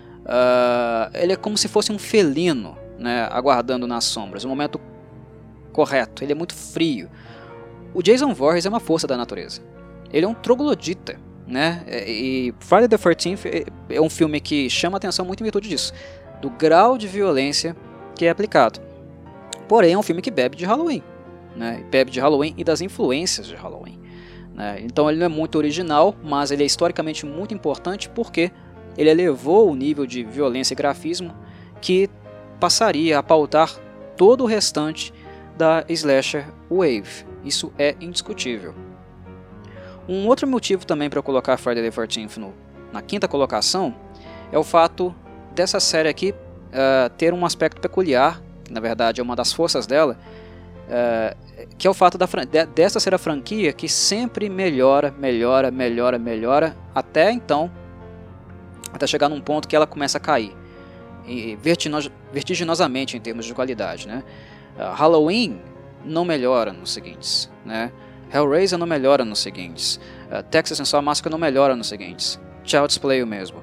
uh, ele é como se fosse um felino, né, aguardando nas sombras, o momento correto, ele é muito frio. O Jason Voorhees é uma força da natureza, ele é um troglodita, né, e Friday the thirteenth é um filme que chama atenção muito em virtude disso, do grau de violência que é aplicado. Porém, é um filme que bebe de Halloween, né? Bebe de Halloween e das influências de Halloween, né? Então ele não é muito original, mas ele é historicamente muito importante porque ele elevou o nível de violência e grafismo que passaria a pautar todo o restante da slasher wave. Isso é indiscutível. Um outro motivo também para eu colocar Friday the thirteenth no, na quinta colocação é o fato dessa série aqui uh, ter um aspecto peculiar, que na verdade é uma das forças dela, uh, que é o fato da, de, dessa ser a franquia que sempre melhora, melhora, melhora, melhora, até então, até chegar num ponto que ela começa a cair, e vertiginos, vertiginosamente em termos de qualidade, né? Uh, Halloween não melhora nos seguintes, né? Hellraiser não melhora nos seguintes, uh, Texas Chainsaw Massacre não melhora nos seguintes, Child's Play o mesmo.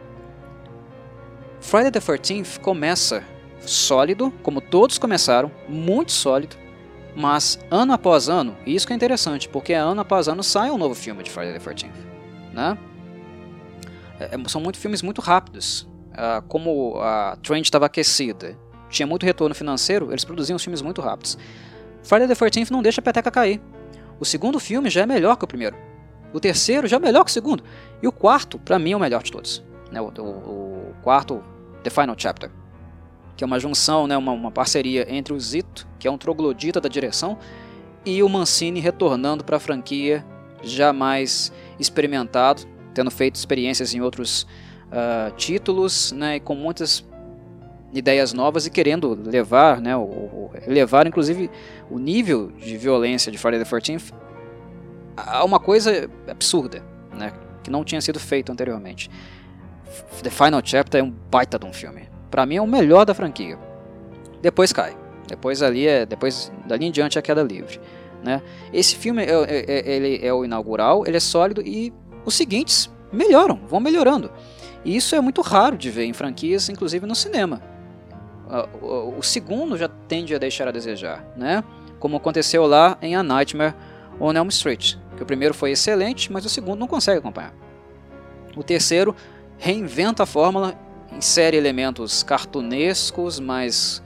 Friday the thirteenth começa sólido, como todos começaram, muito sólido, mas ano após ano, e isso que é interessante, porque ano após ano sai um novo filme de Friday the thirteenth, né? É, são muito filmes muito rápidos, uh, como a trend estava aquecida, tinha muito retorno financeiro, eles produziam os filmes muito rápidos. Friday the thirteenth não deixa a peteca cair. O segundo filme já é melhor que o primeiro. O terceiro já é melhor que o segundo. E o quarto, pra mim, é o melhor de todos. Né? O, o, o quarto, The Final Chapter, que é uma junção, né, uma, uma parceria entre o Zito, que é um troglodita da direção, e o Mancini retornando para a franquia, já mais experimentado, tendo feito experiências em outros uh, títulos, né, e com muitas ideias novas e querendo levar, né, o, o, levar inclusive o nível de violência de Friday the thirteenth a uma coisa absurda, né, que não tinha sido feito anteriormente. The Final Chapter é um baita de um filme. Pra mim é o melhor da franquia. Depois cai. Depois ali é, depois dali em diante é queda livre, né? Esse filme é, é, é, ele é o inaugural, ele é sólido e os seguintes melhoram, vão melhorando. E isso é muito raro de ver em franquias, inclusive no cinema. O, o, o segundo já tende a deixar a desejar, né? Como aconteceu lá em A Nightmare on Elm Street, que o primeiro foi excelente, mas o segundo não consegue acompanhar. O terceiro reinventa a fórmula, insere elementos cartunescos, mais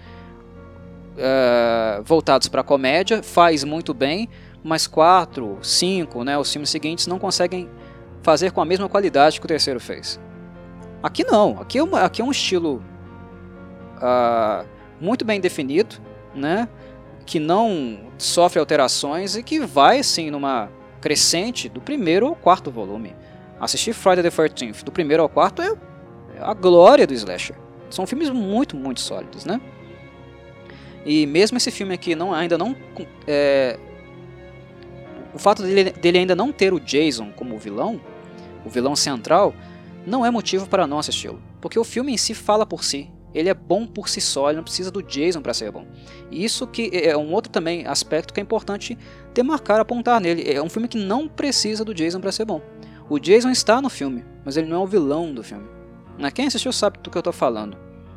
uh, voltados para a comédia, faz muito bem, mas quatro, cinco, né, os filmes seguintes não conseguem fazer com a mesma qualidade que o terceiro fez. Aqui não, aqui é, uma, aqui é um estilo uh, muito bem definido, né, que não sofre alterações e que vai assim numa crescente do primeiro ao quarto volume. Assistir Friday the thirteenth do primeiro ao quarto é a glória do slasher. São filmes muito, muito sólidos, né? E mesmo esse filme aqui não, ainda não... É, o fato dele, dele ainda não ter o Jason como vilão, o vilão central, não é motivo para não assisti-lo. Porque o filme em si fala por si. Ele é bom por si só, ele não precisa do Jason para ser bom. E isso que é um outro também aspecto que é importante demarcar, apontar nele. É um filme que não precisa do Jason para ser bom. O Jason está no filme, mas ele não é o vilão do filme. Quem assistiu sabe do que eu estou falando.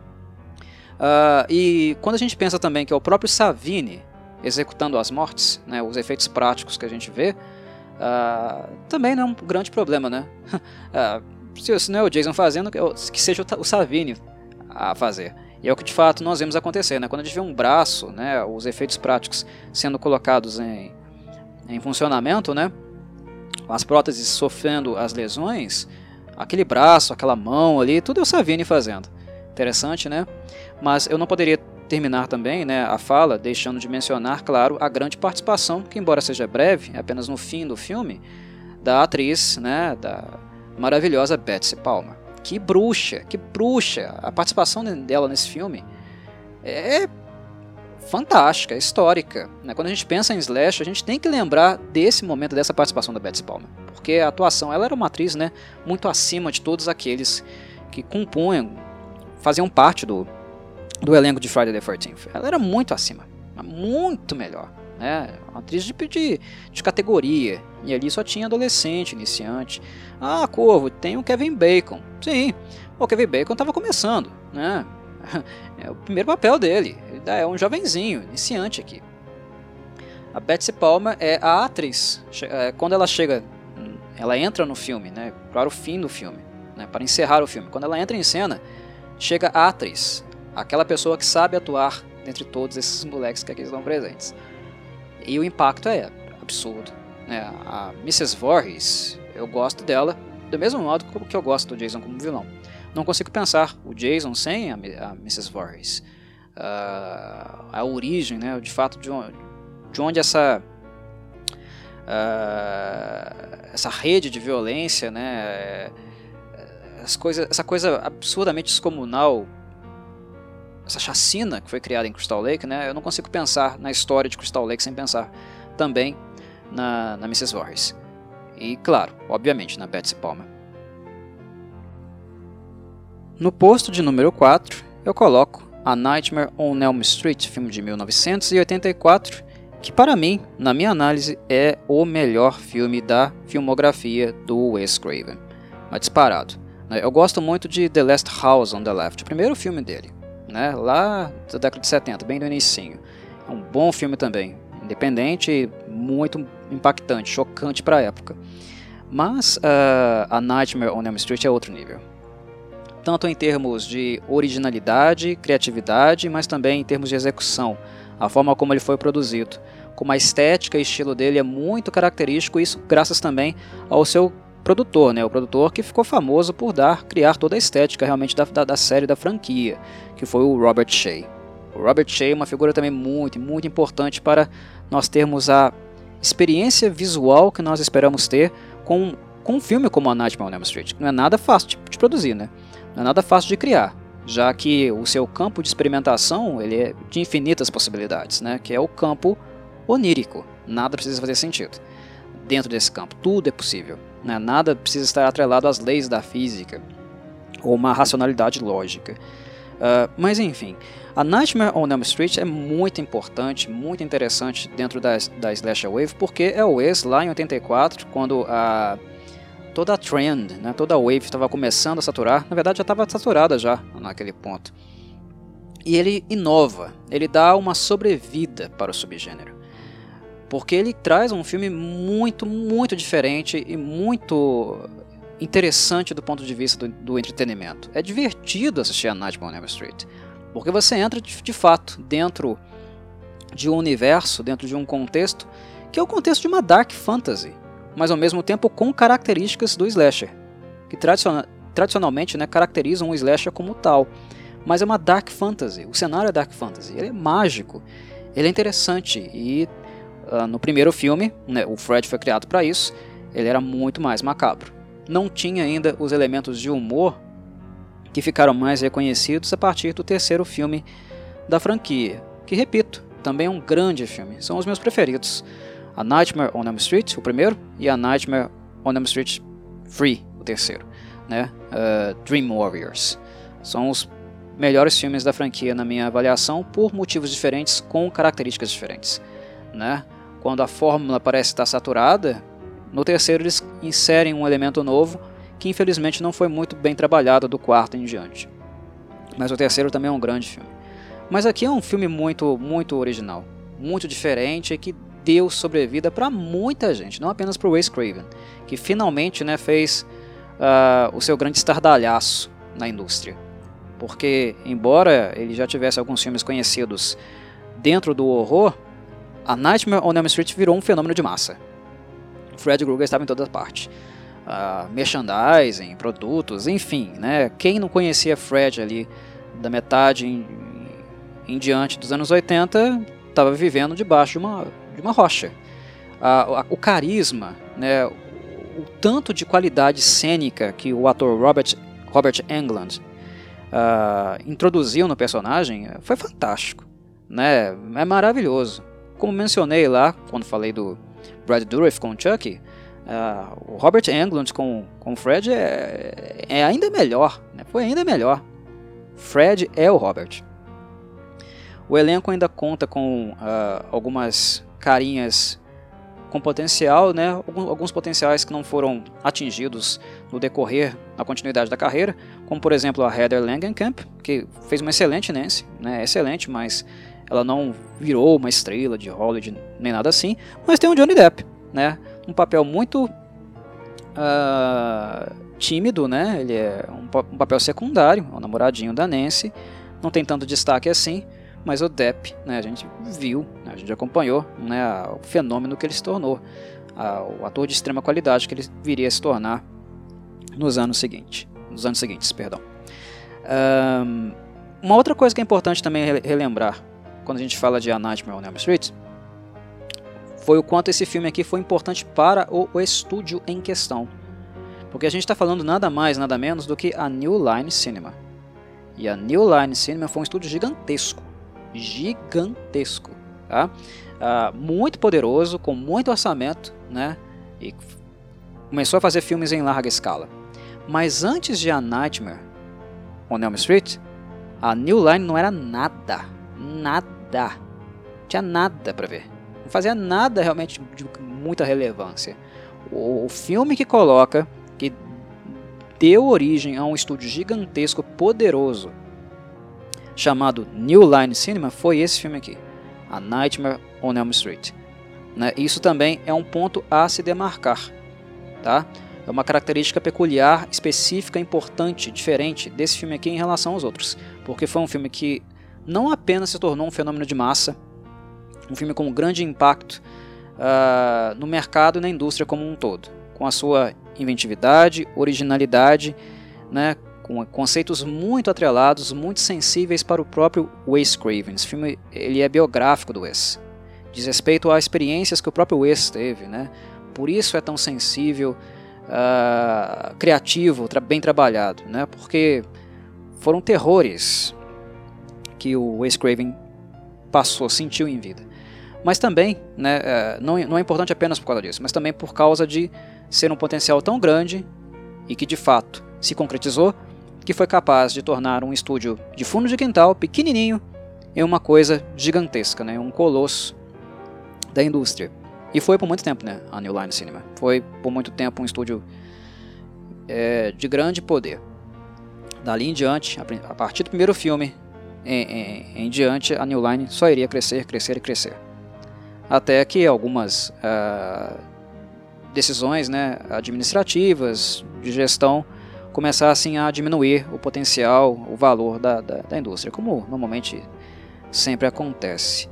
Uh, e quando a gente pensa também que é o próprio Savini executando as mortes, né, os efeitos práticos que a gente vê, uh, também não é um grande problema, né? uh, se, se não é o Jason fazendo, que seja o Savini a fazer. E é o que de fato nós vemos acontecer, né? Quando a gente vê um braço, né, os efeitos práticos sendo colocados em, em funcionamento, né, as próteses sofrendo as lesões, aquele braço, aquela mão ali, tudo é o Savini fazendo. Interessante, né? Mas eu não poderia terminar também, né, a fala deixando de mencionar, claro, a grande participação, que embora seja breve, é apenas no fim do filme, da atriz, né, da maravilhosa Betsy Palmer. Que bruxa, que bruxa! A participação dela nesse filme é fantástica, é histórica, né? Quando a gente pensa em Slash, a gente tem que lembrar desse momento, dessa participação da Betsy Palmer, porque a atuação, ela era uma atriz, né, muito acima de todos aqueles que compunham, faziam parte do, do elenco de Friday the thirteenth. Ela era muito acima, muito melhor, né? Uma atriz de, de, de categoria, e ali só tinha adolescente, iniciante. Ah, Corvo, tem o Kevin Bacon. Sim, o Kevin Bacon estava começando, né? É o primeiro papel dele, ele é um jovenzinho, iniciante aqui. A Betsy Palmer é a atriz. Quando ela chega, ela entra no filme, né, para o fim do filme, né, para encerrar o filme. Quando ela entra em cena, chega a atriz, aquela pessoa que sabe atuar dentre todos esses moleques que aqui estão presentes. E o impacto é absurdo, né? A missus Voorhees, eu gosto dela do mesmo modo que eu gosto do Jason como vilão. Não consigo pensar o Jason sem a missus Voorhees. Uh, a origem, né, de fato, de onde, de onde essa uh, essa rede de violência, né, as coisas, essa coisa absurdamente descomunal, essa chacina que foi criada em Crystal Lake, né, eu não consigo pensar na história de Crystal Lake sem pensar também na, na missus Voorhees. E, claro, obviamente, na Betsy Palmer. No posto de número quatro, eu coloco A Nightmare on Elm Street, filme de mil novecentos e oitenta e quatro, que para mim, na minha análise, é o melhor filme da filmografia do Wes Craven. Mas disparado. Eu gosto muito de The Last House on the Left, o primeiro filme dele, né, lá da década de setenta, bem do inicinho. É um bom filme também, independente e muito impactante, chocante para a época. Mas uh, A Nightmare on Elm Street é outro nível. Tanto em termos de originalidade, criatividade, mas também em termos de execução, a forma como ele foi produzido, como a estética e estilo dele é muito característico, isso graças também ao seu produtor, né, o produtor que ficou famoso por dar, criar toda a estética realmente da, da, da série, da franquia, que foi o Robert Shaye. O Robert Shaye é uma figura também muito, muito importante para nós termos a experiência visual que nós esperamos ter com, com um filme como A Nightmare on Elm Street, que não é nada fácil de, de produzir, né? Não é nada fácil de criar, já que o seu campo de experimentação ele é de infinitas possibilidades, né? Que é o campo onírico, nada precisa fazer sentido. Dentro desse campo, tudo é possível, né? Nada precisa estar atrelado às leis da física ou uma racionalidade lógica. Uh, mas enfim, A Nightmare on Elm Street é muito importante, muito interessante dentro da, da Slasher Wave, porque é o Wes lá em oitenta e quatro, quando a, toda a trend, né, toda a wave estava começando a saturar, na verdade já estava saturada já naquele ponto. E ele inova, ele dá uma sobrevida para o subgênero, porque ele traz um filme muito, muito diferente e muito interessante do ponto de vista do, do entretenimento. É divertido assistir a Nightmare on Elm Street, porque você entra de, de fato dentro de um universo, dentro de um contexto que é o contexto de uma dark fantasy, mas ao mesmo tempo com características do slasher, que tradiciona, tradicionalmente, né, caracterizam o slasher como tal, mas é uma dark fantasy, o cenário é dark fantasy, ele é mágico, ele é interessante e uh, no primeiro filme, né, o Fred foi criado para isso, ele era muito mais macabro. Não tinha ainda os elementos de humor que ficaram mais reconhecidos a partir do terceiro filme da franquia, que, repito, também é um grande filme, são os meus preferidos. A Nightmare on Elm Street, o primeiro, e A Nightmare on Elm Street Free, o terceiro, né? uh, Dream Warriors. São os melhores filmes da franquia na minha avaliação, por motivos diferentes, com características diferentes, né? Quando a fórmula parece estar saturada, no terceiro eles inserem um elemento novo que infelizmente não foi muito bem trabalhado do quarto em diante. Mas o terceiro também é um grande filme. Mas aqui é um filme muito, muito original, muito diferente e que deu sobrevida para muita gente, não apenas para o Wes Craven, que finalmente, né, fez uh, o seu grande estardalhaço na indústria. Porque, embora ele já tivesse alguns filmes conhecidos dentro do horror, A Nightmare on Elm Street virou um fenômeno de massa. Fred Krueger estava em toda parte. Uh, merchandising, produtos, enfim, né? Quem não conhecia Fred ali da metade em, em diante dos anos oitenta estava vivendo debaixo de uma, de uma rocha. Uh, o carisma, né? o, o tanto de qualidade cênica que o ator Robert, Robert Englund uh, introduziu no personagem foi fantástico, né? É maravilhoso. Como mencionei lá, quando falei do Brad Dourif com o Chucky, uh, o Robert Englund com, com o Fred é, é ainda melhor, né? Foi ainda melhor. Fred é o Robert. O elenco ainda conta com uh, algumas carinhas com potencial, né? Alguns, alguns potenciais que não foram atingidos no decorrer, na continuidade da carreira, como por exemplo a Heather Langenkamp, que fez uma excelente Nancy, né? Excelente, mas ela não virou uma estrela de Hollywood nem nada assim. Mas tem o Johnny Depp, né? Um papel muito uh, tímido, né? Ele é um, um papel secundário, é o namoradinho da Nancy, não tem tanto destaque assim, mas o Depp, né, a gente viu, né, a gente acompanhou, né, o fenômeno que ele se tornou, a, o ator de extrema qualidade que ele viria a se tornar nos anos seguintes. Nos anos seguintes, perdão. Um, uma outra coisa que é importante também relembrar quando a gente fala de A Nightmare on Elm Street foi o quanto esse filme aqui foi importante para o, o estúdio em questão. Porque a gente está falando nada mais, nada menos do que a New Line Cinema. E a New Line Cinema foi um estúdio gigantesco. Gigantesco. Tá? Uh, muito poderoso, com muito orçamento, né? E começou a fazer filmes em larga escala. Mas antes de A Nightmare on Elm Street, a New Line não era nada. Nada. Não tinha nada para ver. Não fazia nada realmente de muita relevância. O, o filme que coloca, que deu origem a um estúdio gigantesco, poderoso, chamado New Line Cinema, foi esse filme aqui, A Nightmare on Elm Street. Né? Isso também é um ponto a se demarcar. Tá? É uma característica peculiar, específica, importante, diferente desse filme aqui em relação aos outros. Porque foi um filme que não apenas se tornou um fenômeno de massa, um filme com um grande impacto uh, no mercado e na indústria como um todo, com a sua inventividade, originalidade, né, com conceitos muito atrelados, muito sensíveis para o próprio Wes Craven. Esse filme ele é biográfico do Wes, diz respeito às experiências que o próprio Wes teve, né? Por isso é tão sensível, uh, criativo, tra bem trabalhado, né? Porque foram terrores que o Wes Craven passou, sentiu em vida. Mas também, né, não, não é importante apenas por causa disso, mas também por causa de ser um potencial tão grande e que de fato se concretizou, que foi capaz de tornar um estúdio de fundo de quintal, pequenininho, em uma coisa gigantesca, né, um colosso da indústria. E foi por muito tempo, né, a New Line Cinema. Foi por muito tempo um estúdio é, de grande poder. Dali em diante, a partir do primeiro filme em, em, em diante, a New Line só iria crescer, crescer e crescer. Até que algumas uh, decisões, né, administrativas, de gestão, começassem a diminuir o potencial, o valor da, da, da indústria, como normalmente sempre acontece.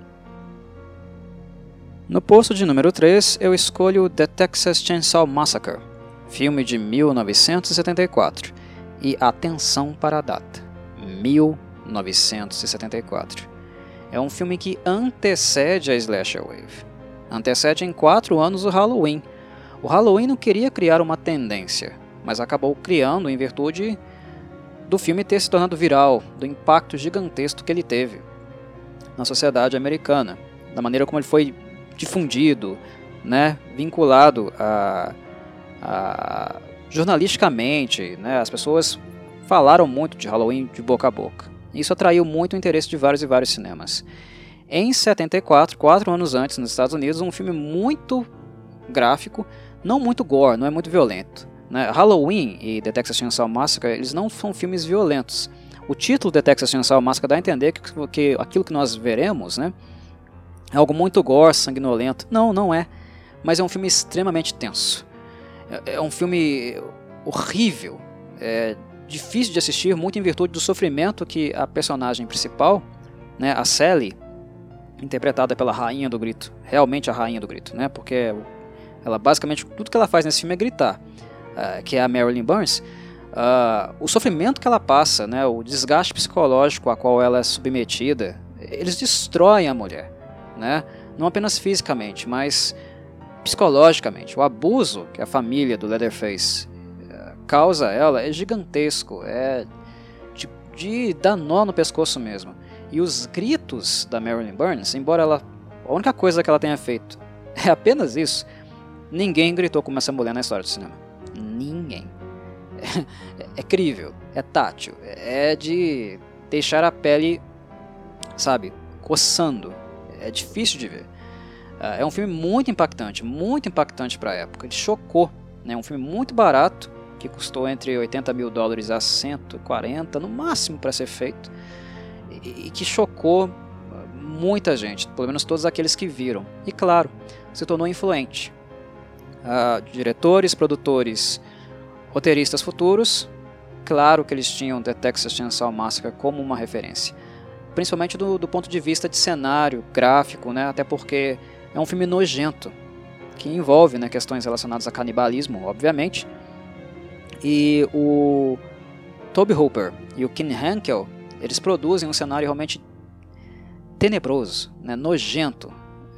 No posto de número três, eu escolho The Texas Chainsaw Massacre, filme de mil novecentos e setenta e quatro. E atenção para a data, mil novecentos e setenta e quatro. É um filme que antecede a Slasher Wave. Antecede em quatro anos o Halloween. O Halloween não queria criar uma tendência, mas acabou criando em virtude do filme ter se tornado viral, do impacto gigantesco que ele teve na sociedade americana, da maneira como ele foi difundido, né, vinculado a, a jornalisticamente, né, as pessoas falaram muito de Halloween de boca a boca. Isso atraiu muito o interesse de vários e vários cinemas. Em setenta e quatro, quatro anos antes, nos Estados Unidos, um filme muito gráfico, não muito gore, não é muito violento. Né? Halloween e The Texas Chainsaw Massacre, eles não são filmes violentos. O título The Texas Chainsaw Massacre dá a entender que, que aquilo que nós veremos, né, é algo muito gore, sanguinolento. Não, não é. Mas é um filme extremamente tenso. É, é um filme horrível, é difícil de assistir, muito em virtude do sofrimento que a personagem principal, né, a Sally, interpretada pela Rainha do Grito, realmente a Rainha do Grito, né, porque ela basicamente, tudo que ela faz nesse filme é gritar, uh, que é a Marilyn Burns, uh, o sofrimento que ela passa, né, o desgaste psicológico a qual ela é submetida, eles destroem a mulher, né, não apenas fisicamente, mas psicologicamente. O abuso que a família do Leatherface causa ela é gigantesco, é de, de dar nó no pescoço mesmo. E os gritos da Marilyn Burns, embora ela, a única coisa que ela tenha feito é apenas isso, ninguém gritou como essa mulher na história do cinema. Ninguém. É, é crível, é tátil, é de deixar a pele, sabe, coçando. É difícil de ver. É um filme muito impactante, muito impactante para a época. Ele chocou, né? É um filme muito barato, que custou entre oitenta mil dólares a cento e quarenta, no máximo para ser feito, e, e que chocou muita gente, pelo menos todos aqueles que viram. E claro, se tornou influente. Uh, diretores, produtores, roteiristas futuros, claro que eles tinham The Texas Chainsaw Massacre como uma referência. principalmente do, do ponto de vista de cenário, gráfico, né, até porque é um filme nojento, que envolve, né, questões relacionadas a canibalismo, obviamente. E o Tobe Hooper e o Kim Henkel, eles produzem um cenário realmente tenebroso, né, nojento,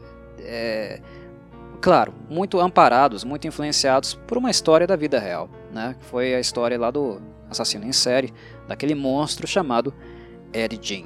é, claro, muito amparados, muito influenciados por uma história da vida real, né, que foi a história lá do assassino em série, daquele monstro chamado Ed Gein.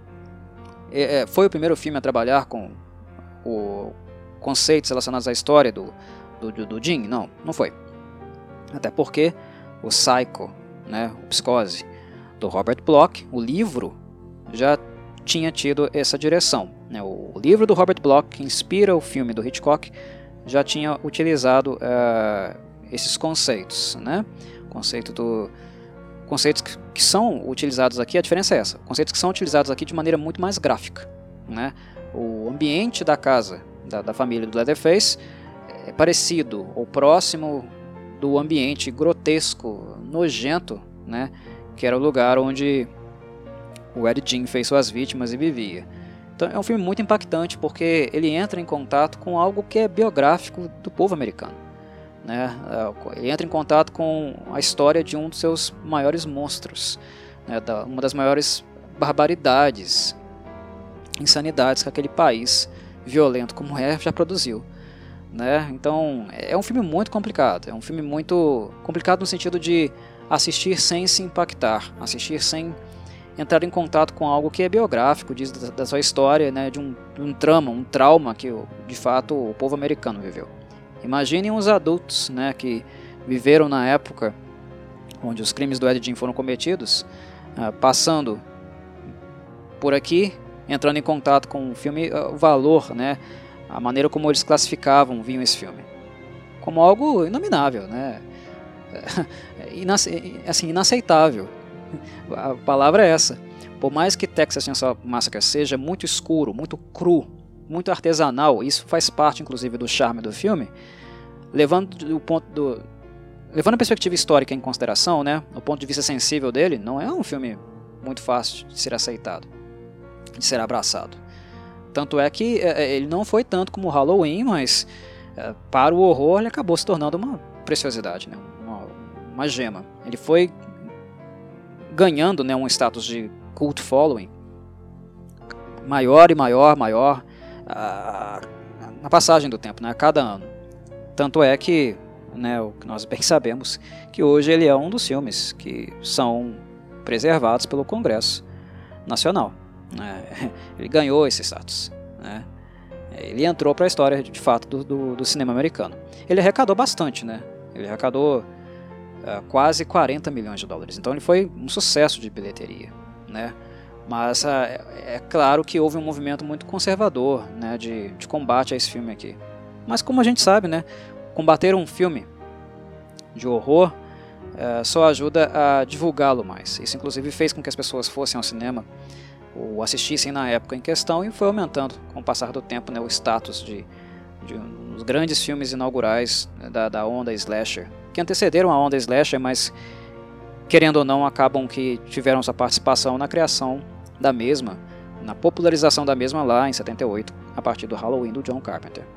É, foi o primeiro filme a trabalhar com o conceitos relacionados à história do, do, do, do Gein? Não, não foi. Até porque o Psycho, né, o Psicose, do Robert Bloch, o livro, já tinha tido essa direção, né? O livro do Robert Bloch, que inspira o filme do Hitchcock, já tinha utilizado uh, esses conceitos, né? Conceito do, conceitos que, que são utilizados aqui, a diferença é essa, conceitos que são utilizados aqui de maneira muito mais gráfica, né? O ambiente da casa da, da família do Leatherface é parecido ou próximo do ambiente grotesco, nojento, né? Que era o lugar onde o Ed Gein fez suas vítimas e vivia. Então é um filme muito impactante porque ele entra em contato com algo que é biográfico do povo americano, né? Ele entra em contato com a história de um dos seus maiores monstros, né? Da, uma das maiores barbaridades, insanidades que aquele país violento como é já produziu, né? Então é um filme muito complicado, é um filme muito complicado no sentido de assistir sem se impactar, assistir sem entrar em contato com algo que é biográfico, diz da, da sua história, né, de, um, de um trama, um trauma que de fato o povo americano viveu. Imaginem os adultos, né, que viveram na época onde os crimes do Ed Gein foram cometidos, uh, passando por aqui, entrando em contato com o filme, uh, o valor, né, a maneira como eles classificavam, viam esse filme, como algo inominável, né, Inace, assim, inaceitável. A palavra é essa. Por mais que Texas Chainsaw Massacre seja muito escuro, muito cru, muito artesanal, isso faz parte inclusive do charme do filme, levando o ponto do levando a perspectiva histórica em consideração, né, o ponto de vista sensível dele, não é um filme muito fácil de ser aceitado, de ser abraçado. Tanto é que é, ele não foi tanto como Halloween, mas é, para o horror ele acabou se tornando uma preciosidade, né, uma, uma gema. Ele foi ganhando, né, um status de cult following maior e maior, maior a, a passagem do tempo, né, a cada ano. Tanto é que, né, o que nós bem sabemos, que hoje ele é um dos filmes que são preservados pelo Congresso Nacional, né? Ele ganhou esse status, né? Ele entrou para a história de fato do, do, do cinema americano. Ele arrecadou bastante, né? Ele arrecadou uh, quase quarenta milhões de dólares. Então ele foi um sucesso de bilheteria, né? Mas uh, é claro que houve um movimento muito conservador, né, de, de combate a esse filme aqui. Mas como a gente sabe, né, combater um filme de horror uh, só ajuda a divulgá-lo mais. Isso inclusive fez com que as pessoas fossem ao cinema ou assistissem na época em questão, e foi aumentando com o passar do tempo, né, o status de, de um dos grandes filmes inaugurais, né, da, da onda slasher, que antecederam a onda slasher, mas querendo ou não acabam que tiveram sua participação na criação da mesma, na popularização da mesma lá em setenta e oito, a partir do Halloween do John Carpenter.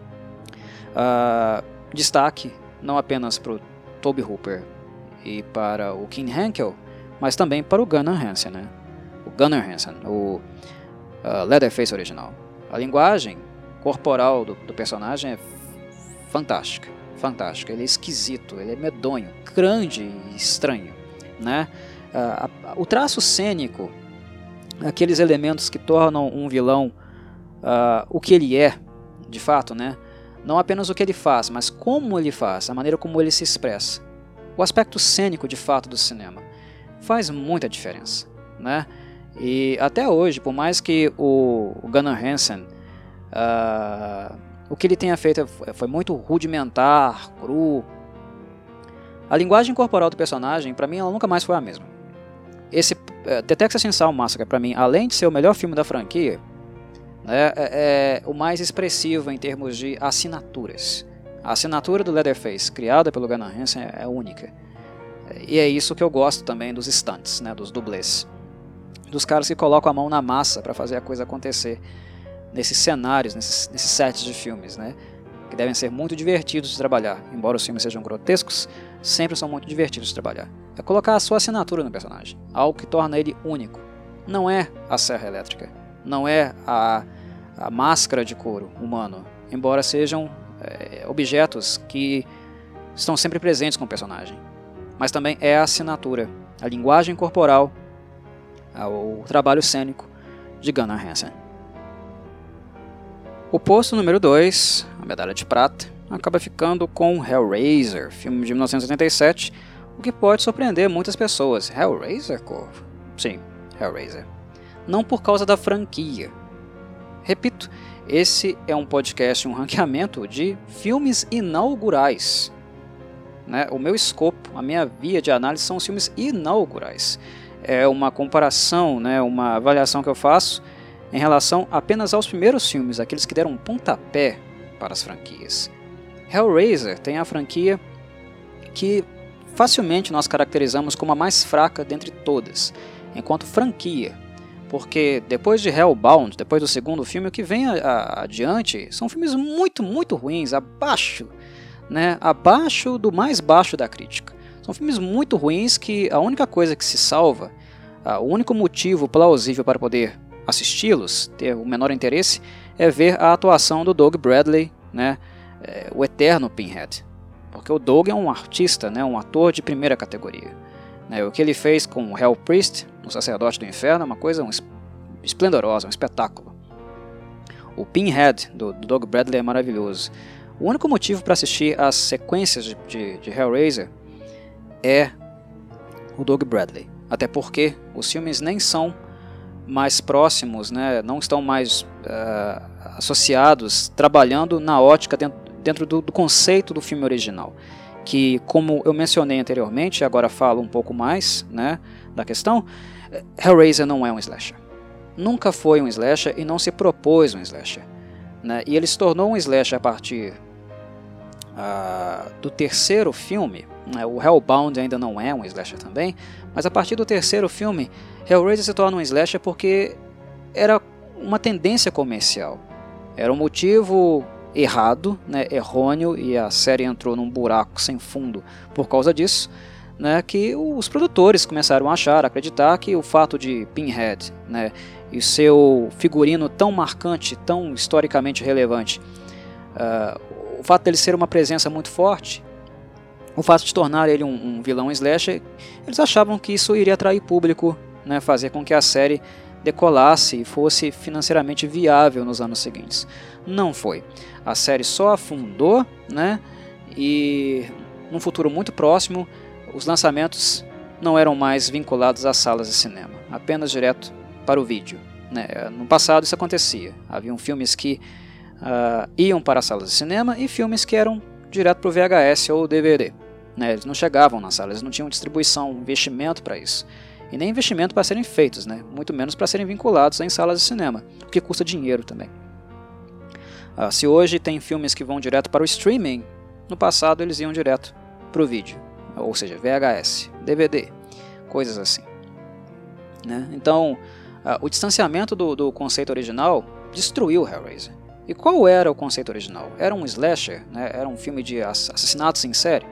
Uh, destaque não apenas para o Tobe Hooper e para o Kim Henkel, mas também para o Gunnar Hansen, né? O Gunnar Hansen, o uh, Leatherface original. A linguagem corporal do, do personagem é fantástica, fantástica. Ele é esquisito, ele é medonho, grande e estranho, né? Uh, a, o traço cênico, aqueles elementos que tornam um vilão uh, o que ele é, de fato, né? Não apenas o que ele faz, mas como ele faz, a maneira como ele se expressa. O aspecto cênico, de fato, do cinema faz muita diferença, né? E até hoje, por mais que o, o Gunnar Hansen, uh, o que ele tenha feito foi muito rudimentar, cru, a linguagem corporal do personagem, para mim, ela nunca mais foi a mesma. Esse uh, The Texas Chainsaw Massacre, para mim, além de ser o melhor filme da franquia, né, é, é o mais expressivo em termos de assinaturas. A assinatura do Leatherface, criada pelo Gunnar Hansen, é única. E é isso que eu gosto também dos stunts, né, dos dublês. dos caras que colocam a mão na massa para fazer a coisa acontecer nesses cenários, nesses, nesses sets de filmes, né? Que devem ser muito divertidos de trabalhar. Embora os filmes sejam grotescos, sempre são muito divertidos de trabalhar. É colocar a sua assinatura no personagem, algo que torna ele único. Não é a serra elétrica, não é a, a máscara de couro humano, embora sejam é, objetos que estão sempre presentes com o personagem. Mas também é a assinatura, a linguagem corporal, o trabalho cênico de Gunnar Hansen. O posto número dois, a medalha de prata, acaba ficando com Hellraiser, filme de mil novecentos e oitenta e sete, o que pode surpreender muitas pessoas. Hellraiser, Corvo? Sim, Hellraiser. Não por causa da franquia. Repito, esse é um podcast, um ranqueamento de filmes inaugurais. Né? O meu escopo, a minha via de análise são os filmes inaugurais. É uma comparação, né, uma avaliação que eu faço em relação apenas aos primeiros filmes, aqueles que deram um pontapé para as franquias. Hellraiser tem a franquia que facilmente nós caracterizamos como a mais fraca dentre todas, enquanto franquia, porque depois de Hellbound, depois do segundo filme, o que vem a, a, adiante são filmes muito, muito ruins, abaixo, né, abaixo do mais baixo da crítica. São filmes muito ruins que a única coisa que se salva, a, o único motivo plausível para poder assisti-los, ter o menor interesse, é ver a atuação do Doug Bradley, né, é, o eterno Pinhead. Porque o Doug é um artista, né, um ator de primeira categoria. Né, o que ele fez com o Hell Priest, o Sacerdote do Inferno, é uma coisa um, esplendorosa, um espetáculo. O Pinhead do, do Doug Bradley é maravilhoso. O único motivo para assistir às sequências de, de, de Hellraiser é o Doug Bradley. Até porque os filmes nem são mais próximos, né, não estão mais uh, associados, trabalhando na ótica dentro, dentro do, do conceito do filme original, que, como eu mencionei anteriormente, agora falo um pouco mais, né, da questão, Hellraiser não é um slasher. Nunca foi um slasher e não se propôs um slasher. Né, e ele se tornou um slasher a partir uh, do terceiro filme. Né, o Hellbound ainda não é um slasher também, mas a partir do terceiro filme, Hellraiser se torna um slasher porque era uma tendência comercial. Era um motivo errado, né, errôneo, e a série entrou num buraco sem fundo por causa disso, né, que os produtores começaram a achar, a acreditar que o fato de Pinhead, né, e seu figurino tão marcante, tão historicamente relevante, uh, o fato dele ser uma presença muito forte, o fato de tornar ele um, um vilão slasher, eles achavam que isso iria atrair público, né, fazer com que a série decolasse e fosse financeiramente viável nos anos seguintes. Não foi. A série só afundou, né, e num futuro muito próximo, os lançamentos não eram mais vinculados às salas de cinema, apenas direto para o vídeo. Né. No passado isso acontecia. Haviam filmes que uh, iam para as salas de cinema e filmes que eram direto para o V H S ou D V D. Né. Eles não chegavam nas salas, eles não tinham distribuição, investimento para isso. E nem investimento para serem feitos, né? Muito menos para serem vinculados em salas de cinema, o que custa dinheiro também. Ah, se hoje tem filmes que vão direto para o streaming, no passado eles iam direto para o vídeo, ou seja, V H S, D V D, coisas assim. Né? Então, ah, o distanciamento do, do conceito original destruiu Hellraiser. E qual era o conceito original? Era um slasher? Né? Era um filme de assassinatos em série?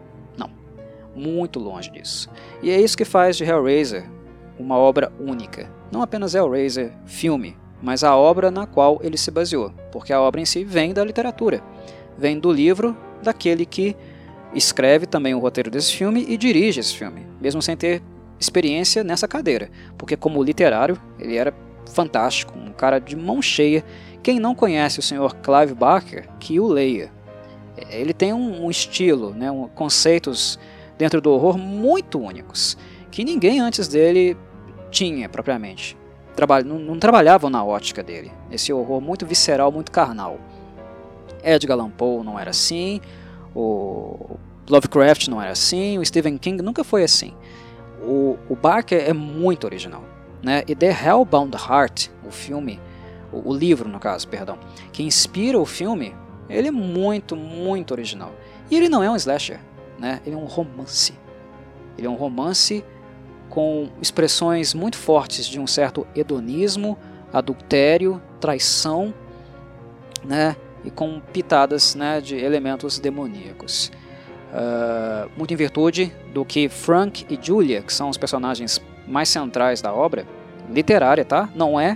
Muito longe disso. E é isso que faz de Hellraiser uma obra única. Não apenas Hellraiser filme, mas a obra na qual ele se baseou. Porque a obra em si vem da literatura. Vem do livro daquele que escreve também o roteiro desse filme e dirige esse filme, mesmo sem ter experiência nessa cadeira. Porque como literário, ele era fantástico, um cara de mão cheia. Quem não conhece o senhor Clive Barker, que o leia. Ele tem um, um estilo, né, um, conceitos dentro do horror muito únicos, que ninguém antes dele tinha propriamente. Traba- não, não trabalhavam na ótica dele, esse horror muito visceral, muito carnal. Edgar Allan Poe não era assim, o Lovecraft não era assim, o Stephen King nunca foi assim. O, o Barker é muito original. Né? E The Hellbound Heart, o filme, o, o livro no caso, perdão, que inspira o filme, ele é muito, muito original. E ele não é um slasher. Né? Ele é um romance. Ele é um romance com expressões muito fortes de um certo hedonismo, adultério, traição, né, e com pitadas, né, de elementos demoníacos. Uh, muito em virtude do que Frank e Julia, que são os personagens mais centrais da obra, literária, tá? Não é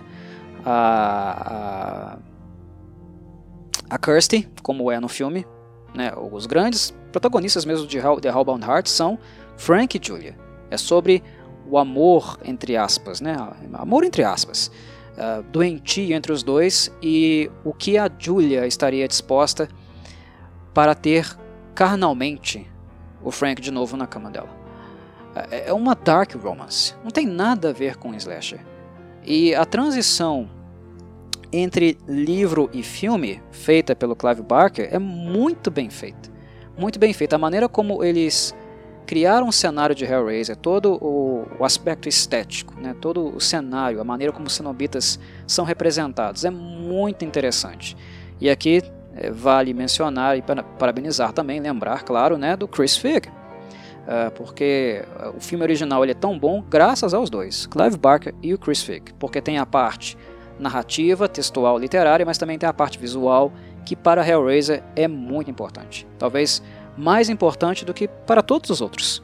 a, a, a Kirsty, como é no filme, né? Os grandes protagonistas mesmo de The Hellbound Heart são Frank e Julia. É sobre o amor, entre aspas, né? Amor entre aspas, uh, doentio entre os dois, e o que a Julia estaria disposta para ter carnalmente o Frank de novo na cama dela. É uma dark romance, não tem nada a ver com slasher. E a transição entre livro e filme, feita pelo Clive Barker, é muito bem feita. Muito bem feita. A maneira como eles criaram o cenário de Hellraiser, todo o, o aspecto estético, né, todo o cenário, a maneira como os cenobitas são representados, é muito interessante. E aqui é, vale mencionar e parabenizar também, lembrar, claro, né, do Chris Figg. Uh, porque o filme original ele é tão bom graças aos dois, Clive Barker e o Chris Figg, porque tem a parte narrativa, textual, literária, mas também tem a parte visual, que para Hellraiser é muito importante, talvez mais importante do que para todos os outros.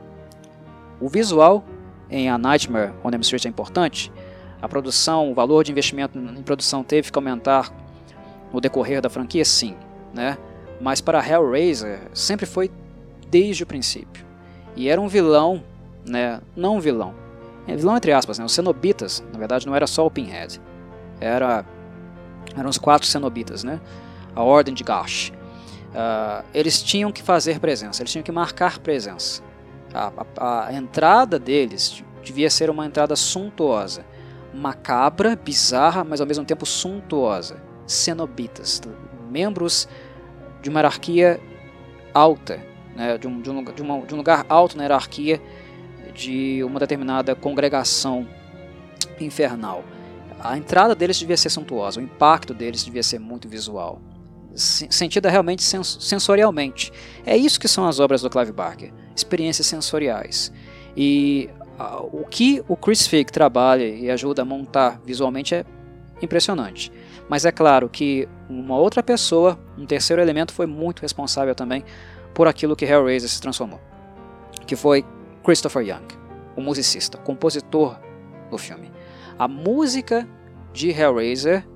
O visual em A Nightmare on Elm Street é importante, a produção, o valor de investimento em produção teve que aumentar no decorrer da franquia, sim, né? Mas para Hellraiser sempre foi desde o princípio. E era um vilão, né, não um vilão, é vilão entre aspas, né, os cenobitas, na verdade não era só o Pinhead, era, eram os quatro cenobitas, né, a Ordem de Gash. Uh, eles tinham que fazer presença, eles tinham que marcar presença. A, a, a entrada deles devia ser uma entrada suntuosa, macabra, bizarra, mas ao mesmo tempo suntuosa. Cenobitas, membros de uma hierarquia alta, né, de, um, de, um, de, uma, de um lugar alto na hierarquia de uma determinada congregação infernal. A entrada deles devia ser suntuosa, o impacto deles devia ser muito visual, sentida realmente sens sensorialmente. É isso que são as obras do Clive Barker, experiências sensoriais. E uh, o que o Chris Figg trabalha e ajuda a montar visualmente é impressionante. Mas é claro que uma outra pessoa, um terceiro elemento, foi muito responsável também por aquilo que Hellraiser se transformou, que foi Christopher Young, o musicista, o compositor do filme. A música de Hellraiser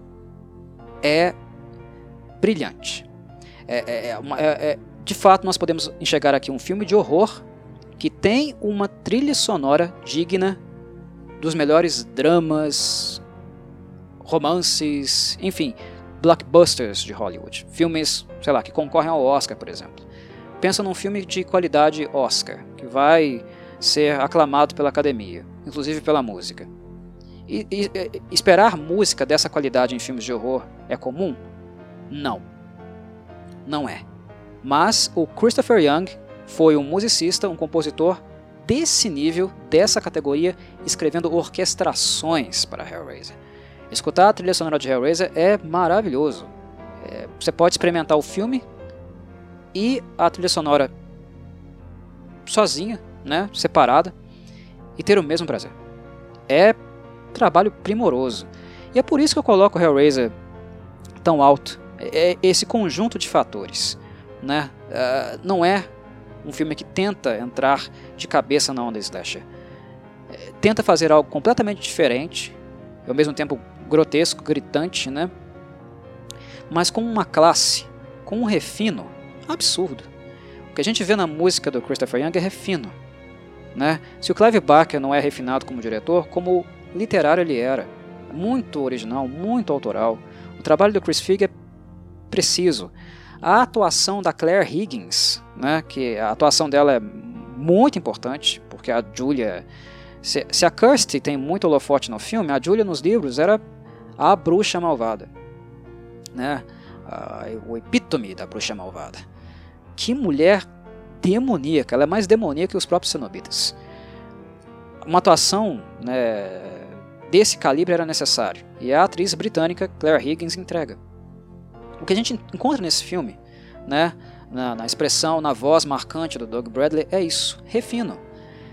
é brilhante. É, é, é, uma, é, é, de fato, nós podemos enxergar aqui um filme de horror que tem uma trilha sonora digna dos melhores dramas, romances, enfim, blockbusters de Hollywood. Filmes, sei lá, que concorrem ao Oscar, por exemplo. Pensa num filme de qualidade Oscar, que vai ser aclamado pela academia, inclusive pela música. E, e, e esperar música dessa qualidade em filmes de horror é comum? Não. Não é. Mas o Christopher Young foi um musicista, um compositor desse nível, dessa categoria, escrevendo orquestrações para Hellraiser. Escutar a trilha sonora de Hellraiser é maravilhoso. É, você pode experimentar o filme e a trilha sonora sozinha, né, separada, e ter o mesmo prazer. É trabalho primoroso. E é por isso que eu coloco o Hellraiser tão alto. É esse conjunto de fatores, né? Uh, não é um filme que tenta entrar de cabeça na onda slasher. É, tenta fazer algo completamente diferente, ao mesmo tempo grotesco, gritante, né? Mas com uma classe, com um refino absurdo. O que a gente vê na música do Christopher Young é refino, né? Se o Clive Barker não é refinado como diretor, como literário ele era. Muito original, muito autoral. O trabalho do Chris Figg é preciso. A atuação da Claire Higgins, né, que a atuação dela é muito importante, porque a Julia... Se, se a Kirsty tem muito holofote no filme, a Julia nos livros era a bruxa malvada, né? A, o epítome da bruxa malvada. Que mulher demoníaca, ela é mais demoníaca que os próprios cenobitas. Uma atuação, né, desse calibre era necessário, e a atriz britânica Claire Higgins entrega. O que a gente encontra nesse filme, né, na, na expressão, na voz marcante do Doug Bradley, é isso, refino.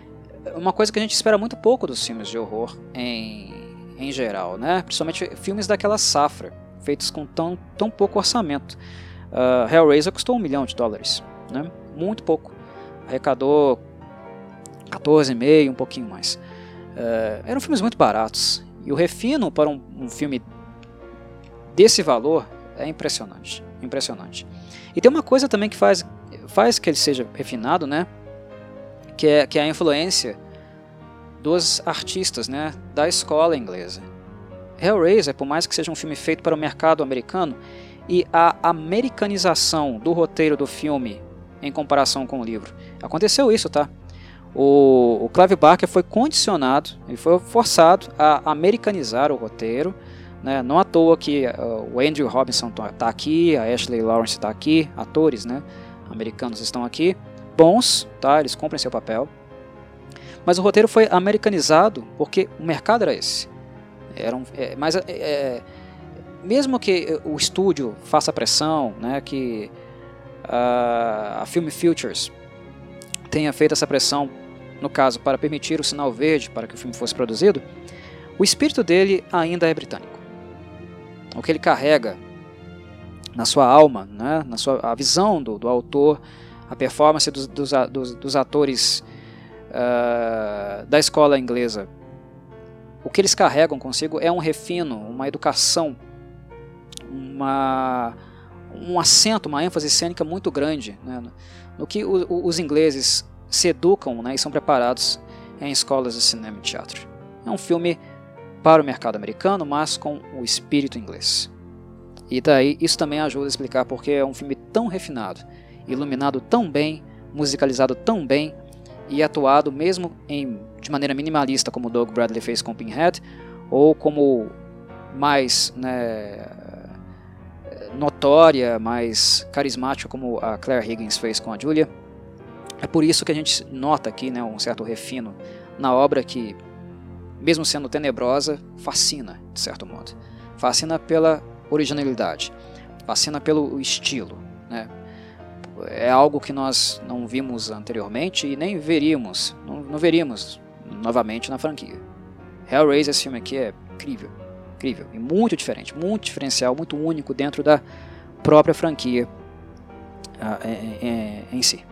uma coisa que a gente espera muito pouco dos filmes de horror em, em geral, né? Principalmente filmes daquela safra, feitos com tão, tão pouco orçamento. Uh, Hellraiser custou um milhão de dólares, né? Muito pouco. Arrecadou quatorze e meio, um pouquinho mais. Uh, eram filmes muito baratos. E o refino para um, um filme desse valor é impressionante. Impressionante. E tem uma coisa também que faz, faz que ele seja refinado, né? Que é, que é a influência dos artistas, né? Da escola inglesa. Hellraiser, por mais que seja um filme feito para o mercado americano, e a americanização do roteiro do filme em comparação com o livro. Aconteceu isso, tá? O, o Clive Barker foi condicionado, ele foi forçado a americanizar o roteiro, né? Não à toa que uh, o Andrew Robinson está aqui, a Ashley Lawrence está aqui, atores, né? Americanos estão aqui, bons, tá? Eles cumprem seu papel. Mas o roteiro foi americanizado porque o mercado era esse. Era um, é, mas é, é, mesmo que o estúdio faça pressão, né, que uh, a Film Futures tenha feito essa pressão, no caso, para permitir o sinal verde para que o filme fosse produzido, o espírito dele ainda é britânico. O que ele carrega na sua alma, né, na sua, a visão do, do autor, a performance dos, dos, dos, dos atores uh, da escola inglesa, o que eles carregam consigo é um refino, uma educação, uma, um acento, uma ênfase cênica muito grande, né, no que o, o, os ingleses se educam, né, e são preparados em escolas de cinema e teatro. É um filme para o mercado americano, mas com o espírito inglês. E daí isso também ajuda a explicar porque é um filme tão refinado, iluminado tão bem, musicalizado tão bem e atuado mesmo em, de maneira minimalista, como Doug Bradley fez com Pinhead, ou como mais, né, notória, mais carismática, como a Claire Higgins fez com a Julia. É por isso que a gente nota aqui, né, um certo refino na obra que, mesmo sendo tenebrosa, fascina, de certo modo. Fascina pela originalidade, fascina pelo estilo, né? É algo que nós não vimos anteriormente e nem veríamos, não, não veríamos novamente na franquia. Hellraiser, esse filme aqui é incrível, incrível e muito diferente, muito diferencial, muito único dentro da própria franquia uh, em, em, em si.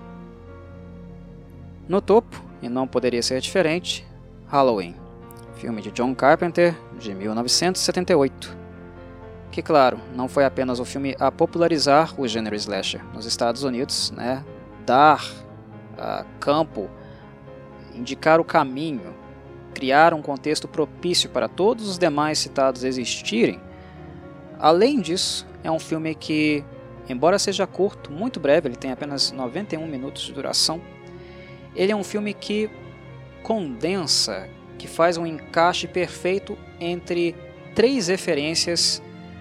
No topo, e não poderia ser diferente, Halloween, filme de John Carpenter de mil novecentos e setenta e oito. Que, claro, não foi apenas o filme a popularizar o gênero slasher nos Estados Unidos, né, dar uh, campo, indicar o caminho, criar um contexto propício para todos os demais citados existirem. Além disso, é um filme que, embora seja curto, muito breve, ele tem apenas noventa e um minutos de duração, ele é um filme que condensa, que faz um encaixe perfeito entre três referências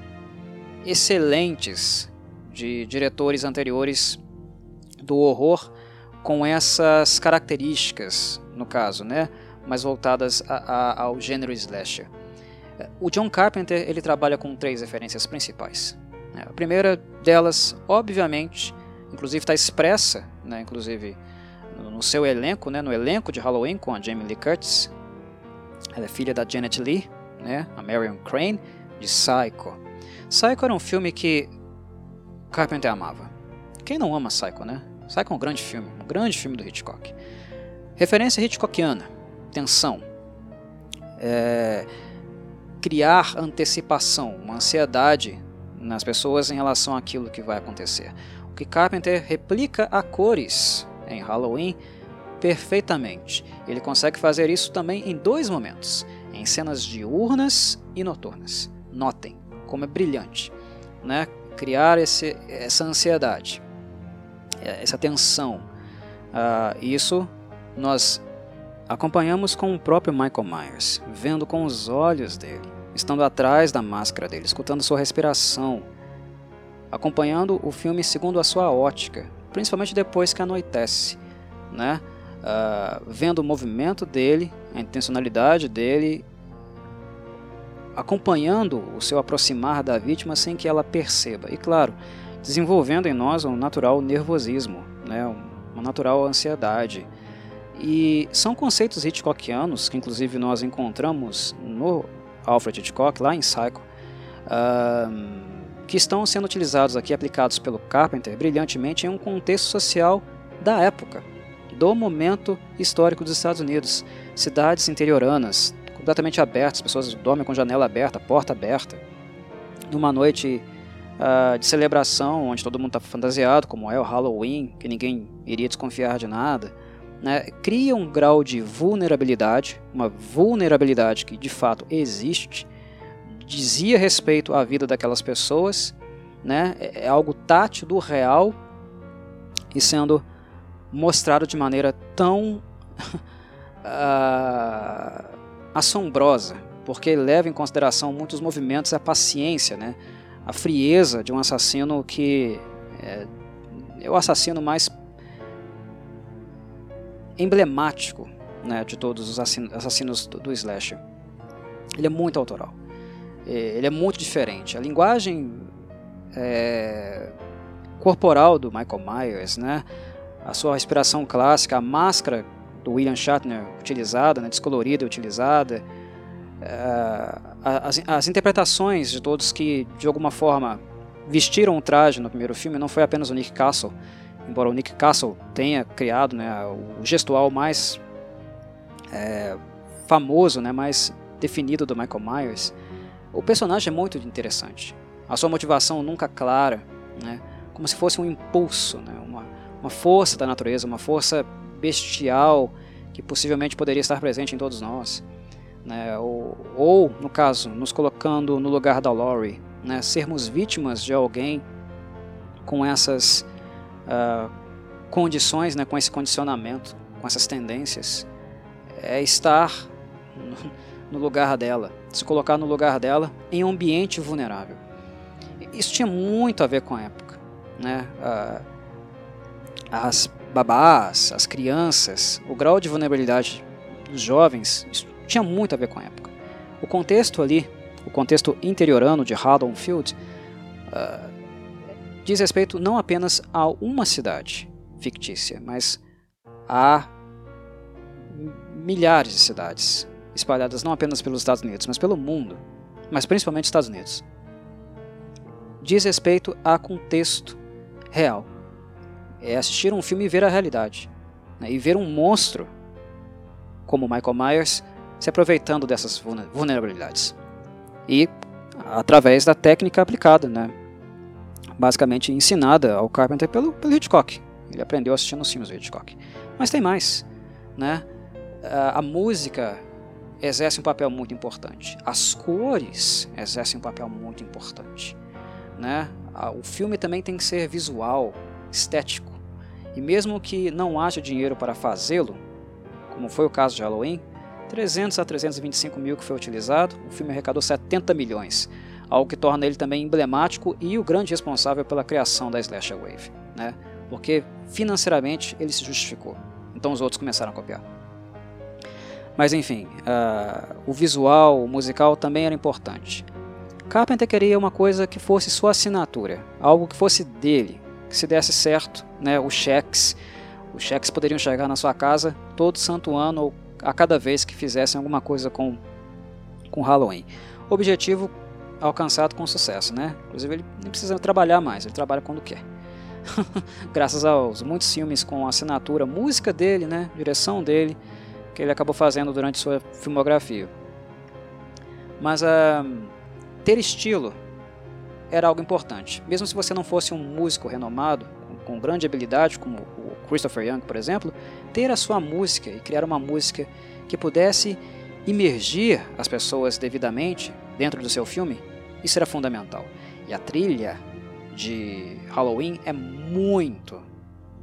excelentes de diretores anteriores do horror com essas características, no caso, né, mais voltadas a, a, ao gênero slasher. O John Carpenter ele trabalha com três referências principais. A primeira delas, obviamente, inclusive está expressa, né, inclusive no seu elenco, né, no elenco de Halloween com a Jamie Lee Curtis. Ela é filha da Janet Leigh, né, a Marion Crane, de Psycho. Psycho era um filme que Carpenter amava. Quem não ama Psycho, né? Psycho é um grande filme, um grande filme do Hitchcock. Referência hitchcockiana, tensão, é, criar antecipação, uma ansiedade nas pessoas em relação àquilo que vai acontecer. O que Carpenter replica a cores em Halloween perfeitamente. Ele consegue fazer isso também em dois momentos, em cenas diurnas e noturnas. Notem como é brilhante, né? Criar esse, essa ansiedade, essa tensão. Uh, isso nós acompanhamos com o próprio Michael Myers, vendo com os olhos dele, estando atrás da máscara dele, escutando sua respiração, acompanhando o filme segundo a sua ótica, principalmente depois que anoitece, né? Uh, vendo o movimento dele, a intencionalidade dele, acompanhando o seu aproximar da vítima sem que ela perceba. E claro, desenvolvendo em nós um natural nervosismo, né? Uma natural ansiedade. E são conceitos hitchcockianos, que inclusive nós encontramos no Alfred Hitchcock, lá em Psycho, uh, que estão sendo utilizados aqui, aplicados pelo Carpenter, brilhantemente em um contexto social da época, do momento histórico dos Estados Unidos. Cidades interioranas, completamente abertas, as pessoas dormem com janela aberta, porta aberta. Numa noite uh, de celebração, onde todo mundo está fantasiado, como é o Halloween, que ninguém iria desconfiar de nada, né? Cria um grau de vulnerabilidade, uma vulnerabilidade que de fato existe, dizia respeito à vida daquelas pessoas, né? É algo tátil do real e sendo mostrado de maneira tão uh, assombrosa, porque leva em consideração muitos movimentos, a paciência, né? A frieza de um assassino que é, é o assassino mais emblemático, né, de todos os assassinos do, do slasher. Ele é muito autoral, ele é muito diferente. A linguagem é, corporal do Michael Myers, né, a sua respiração clássica, a máscara do William Shatner utilizada, né, descolorida, utilizada, é, as, as interpretações de todos que de alguma forma vestiram o traje no primeiro filme. Não foi apenas o Nick Castle, embora o Nick Castle tenha criado, né, o gestual mais é, famoso, né, mais definido do Michael Myers. O personagem é muito interessante. A sua motivação nunca clara, né, como se fosse um impulso, né, uma, uma força da natureza, uma força bestial que possivelmente poderia estar presente em todos nós, né, ou, ou, no caso, nos colocando no lugar da Laurie, né, sermos vítimas de alguém com essas uh, condições, né, com esse condicionamento, com essas tendências, é estar no, no lugar dela, se colocar no lugar dela em um ambiente vulnerável. Isso tinha muito a ver com a época, né? Uh, as babás, as crianças, o grau de vulnerabilidade dos jovens, isso tinha muito a ver com a época. O contexto ali, o contexto interiorano de Haddonfield, uh, diz respeito não apenas a uma cidade fictícia, mas a milhares de cidades espalhadas não apenas pelos Estados Unidos, mas pelo mundo, mas principalmente Estados Unidos. Diz respeito a contexto real. É assistir um filme e ver a realidade, né, e ver um monstro como Michael Myers se aproveitando dessas vulnerabilidades e através da técnica aplicada, né, basicamente ensinada ao Carpenter pelo, pelo Hitchcock. Ele aprendeu assistindo os filmes do Hitchcock. Mas tem mais, né? A, a música exerce um papel muito importante. As cores exercem um papel muito importante, né? O filme também tem que ser visual, estético. E mesmo que não haja dinheiro para fazê-lo, como foi o caso de Halloween, trezentos a trezentos e vinte e cinco mil que foi utilizado, o filme arrecadou setenta milhões, algo que torna ele também emblemático e o grande responsável pela criação da Slasher Wave, né? Porque financeiramente ele se justificou, então os outros começaram a copiar. Mas enfim, uh, o visual, o musical também era importante. Carpenter queria uma coisa que fosse sua assinatura, algo que fosse dele, que se desse certo, né? Os cheques, os cheques poderiam chegar na sua casa todo santo ano ou a cada vez que fizessem alguma coisa com, com Halloween. Objetivo alcançado com sucesso, né? Inclusive ele nem precisa trabalhar mais, ele trabalha quando quer. Graças aos muitos filmes com assinatura, música dele, né? Direção dele, que ele acabou fazendo durante sua filmografia. Mas uh, ter estilo era algo importante. Mesmo se você não fosse um músico renomado, com, com grande habilidade, como o Christopher Young, por exemplo, ter a sua música e criar uma música que pudesse imergir as pessoas devidamente dentro do seu filme, isso era fundamental. E a trilha de Halloween é muito uh,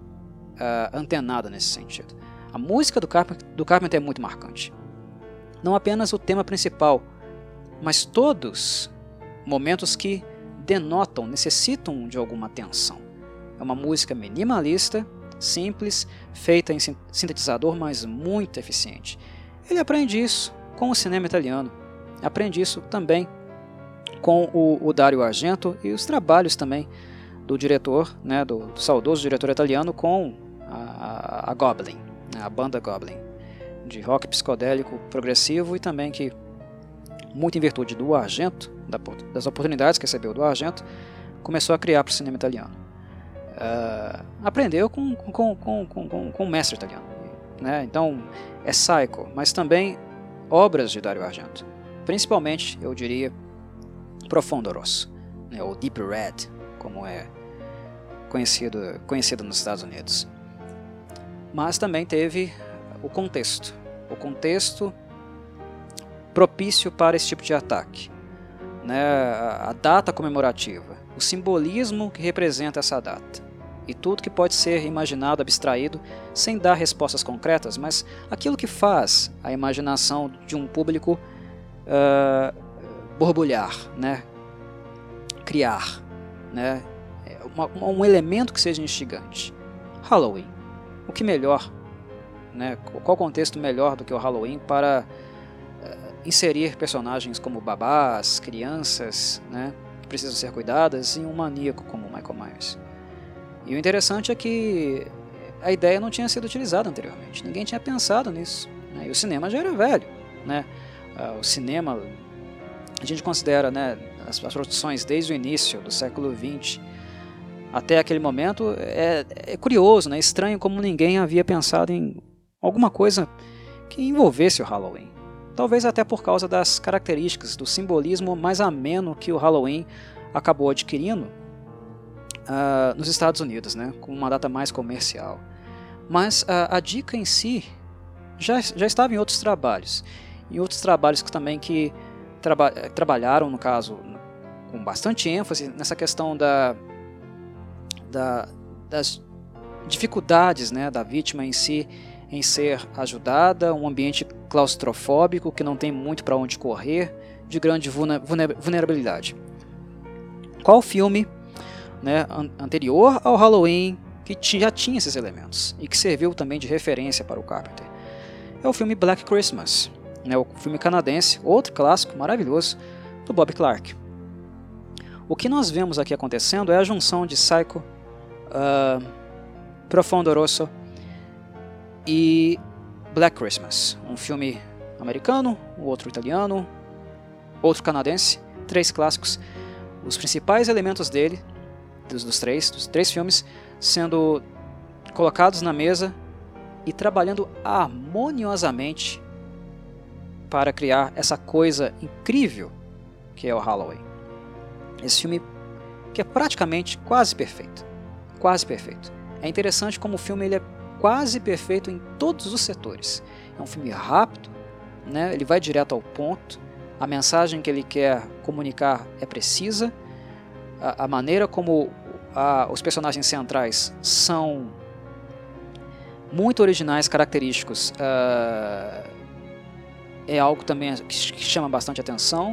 antenada nesse sentido. A música do Carpenter, do Carpenter é muito marcante. Não apenas o tema principal, mas todos momentos que denotam, necessitam de alguma atenção. É uma música minimalista, simples, feita em sintetizador, mas muito eficiente. Ele aprende isso com o cinema italiano. Aprende isso também com o, o Dario Argento e os trabalhos também do diretor, né, do, do saudoso diretor italiano com a, a, a Goblin, né, a banda Goblin, de rock psicodélico progressivo e também que, muito em virtude do Argento, das oportunidades que recebeu do Argento, começou a criar para o cinema italiano. Uh, aprendeu com, com, com, com, com, com um mestre italiano, né? Então é Psycho, mas também obras de Dario Argento, principalmente, eu diria, Profondo Rosso, né, ou Deep Red, como é conhecido, conhecido nos Estados Unidos. Mas também teve o contexto, o contexto propício para esse tipo de ataque, né, a data comemorativa, o simbolismo que representa essa data, e tudo que pode ser imaginado, abstraído, sem dar respostas concretas, mas aquilo que faz a imaginação de um público uh, borbulhar, né, criar, né, uma, um elemento que seja instigante. Halloween, o que melhor, né, qual contexto melhor do que o Halloween para uh, inserir personagens como babás, crianças, né, que precisam ser cuidadas, e um maníaco como Michael Myers. E o interessante é que a ideia não tinha sido utilizada anteriormente, ninguém tinha pensado nisso, né? E o cinema já era velho, né? Uh, o cinema, a gente considera, né, as, as produções desde o início do século vinte até aquele momento, é, é curioso, né? Estranho como ninguém havia pensado em alguma coisa que envolvesse o Halloween. Talvez até por causa das características, do simbolismo mais ameno que o Halloween acabou adquirindo Uh, nos Estados Unidos, né, com uma data mais comercial. Mas uh, a dica em si já, já estava em outros trabalhos, em outros trabalhos que também que traba trabalharam, no caso, com bastante ênfase nessa questão da, da, das dificuldades, né, da vítima em si em ser ajudada, um ambiente claustrofóbico que não tem muito para onde correr, de grande vulnerabilidade. Qual filme, né, an anterior ao Halloween que já tinha esses elementos e que serviu também de referência para o Carpenter? É o filme Black Christmas, né, o filme canadense, outro clássico maravilhoso do Bob Clark. O que nós vemos aqui acontecendo é a junção de Psycho, uh, Profondo Rosso e Black Christmas, um filme americano, o outro italiano, outro canadense, três clássicos, os principais elementos dele Dos, dos, três, dos três filmes sendo colocados na mesa e trabalhando harmoniosamente para criar essa coisa incrível que é o Halloween. Esse filme que é praticamente quase perfeito, quase perfeito. É interessante como o filme ele é quase perfeito em todos os setores. É um filme rápido, né? Ele vai direto ao ponto, a mensagem que ele quer comunicar é precisa, a, a maneira como a, os personagens centrais são muito originais, característicos, uh, é algo também que chama bastante atenção.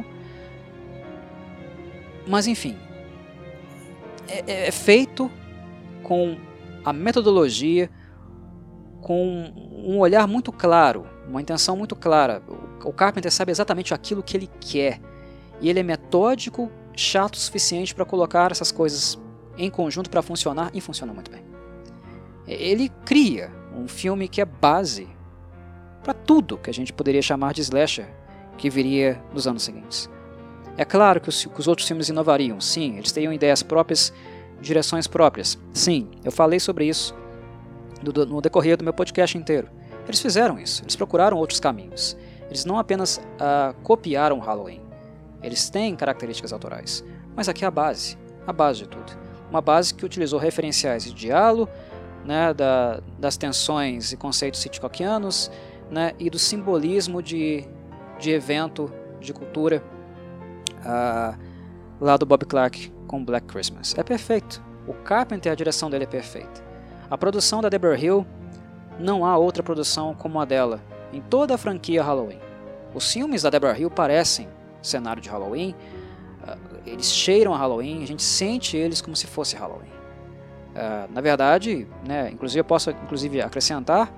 Mas enfim, é, é feito com a metodologia, com um olhar muito claro, uma intenção muito clara. O Carpenter sabe exatamente aquilo que ele quer, e ele é metódico, chato o suficiente para colocar essas coisas em conjunto para funcionar, e funciona muito bem. Ele cria um filme que é base para tudo que a gente poderia chamar de slasher que viria nos anos seguintes. É claro que os, que os outros filmes inovariam, sim, eles teriam ideias próprias, direções próprias, sim, eu falei sobre isso no, no decorrer do meu podcast inteiro. Eles fizeram isso, eles procuraram outros caminhos, eles não apenas uh, copiaram Halloween, eles têm características autorais, mas aqui é a base, a base de tudo, uma base que utilizou referenciais de diálogo, né, da, das tensões e conceitos hitchcockianos, né, e do simbolismo de, de evento, de cultura, uh, lá do Bob Clark com Black Christmas. É perfeito. O Carpenter, a direção dele é perfeita. A produção da Debra Hill, não há outra produção como a dela em toda a franquia Halloween. Os filmes da Debra Hill parecem cenário de Halloween, uh, eles cheiram a Halloween, a gente sente eles como se fosse Halloween. Uh, na verdade, né, inclusive eu posso inclusive acrescentar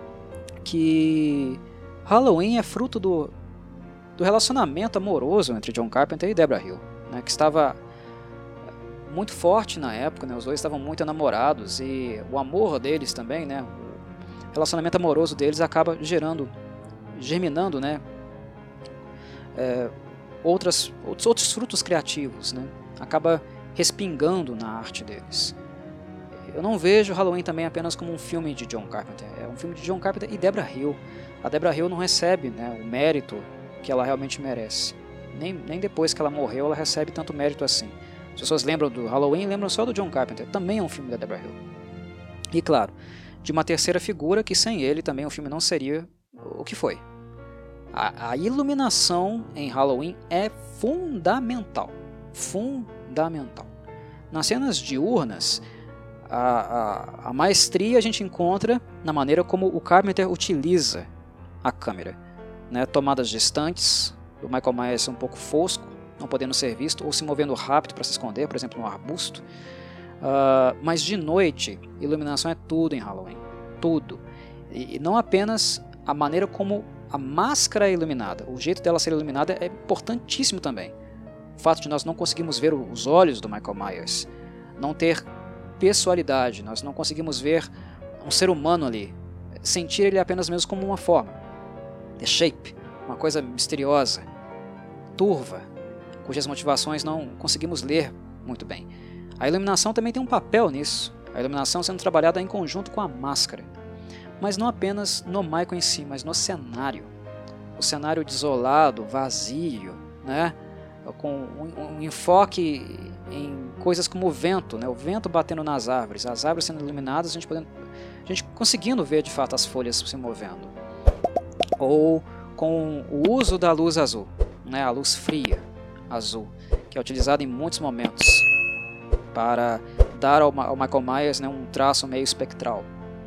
que Halloween é fruto do, do relacionamento amoroso entre John Carpenter e Debra Hill, né, que estava muito forte na época, né, os dois estavam muito enamorados, e o amor deles também, né, relacionamento amoroso deles acaba gerando, germinando, né, é, outras, outros, outros frutos criativos, né, acaba respingando na arte deles. Eu não vejo Halloween também apenas como um filme de John Carpenter, é um filme de John Carpenter e Debra Hill. A Debra Hill não recebe, né, o mérito que ela realmente merece. Nem, nem depois que ela morreu ela recebe tanto mérito assim. As pessoas lembram do Halloween, lembram só do John Carpenter, também é um filme da Debra Hill. E claro, de uma terceira figura que sem ele também o filme não seria o que foi. A, a iluminação em Halloween é fundamental, fundamental. Nas cenas diurnas, a, a, a maestria a gente encontra na maneira como o Carpenter utiliza a câmera, né? Tomadas distantes, o Michael Myers um pouco fosco, não podendo ser visto, ou se movendo rápido para se esconder, por exemplo, num arbusto. Uh, mas de noite, iluminação é tudo em Halloween, tudo. E, e não apenas a maneira como a máscara é iluminada, o jeito dela ser iluminada é importantíssimo também. O fato de nós não conseguirmos ver os olhos do Michael Myers, não ter pessoalidade, nós não conseguimos ver um ser humano ali, sentir ele apenas mesmo como uma forma, the shape, uma coisa misteriosa, turva, cujas motivações não conseguimos ler muito bem. A iluminação também tem um papel nisso, a iluminação sendo trabalhada em conjunto com a máscara, mas não apenas no Michael em si, mas no cenário, o cenário desolado, vazio, né? Com um, um enfoque em coisas como o vento, né? O vento batendo nas árvores, as árvores sendo iluminadas, a gente, podendo, a gente conseguindo ver de fato as folhas se movendo. Ou com o uso da luz azul, né? A luz fria azul, que é utilizada em muitos momentos para dar ao, ao Michael Myers, né, um traço meio espectral.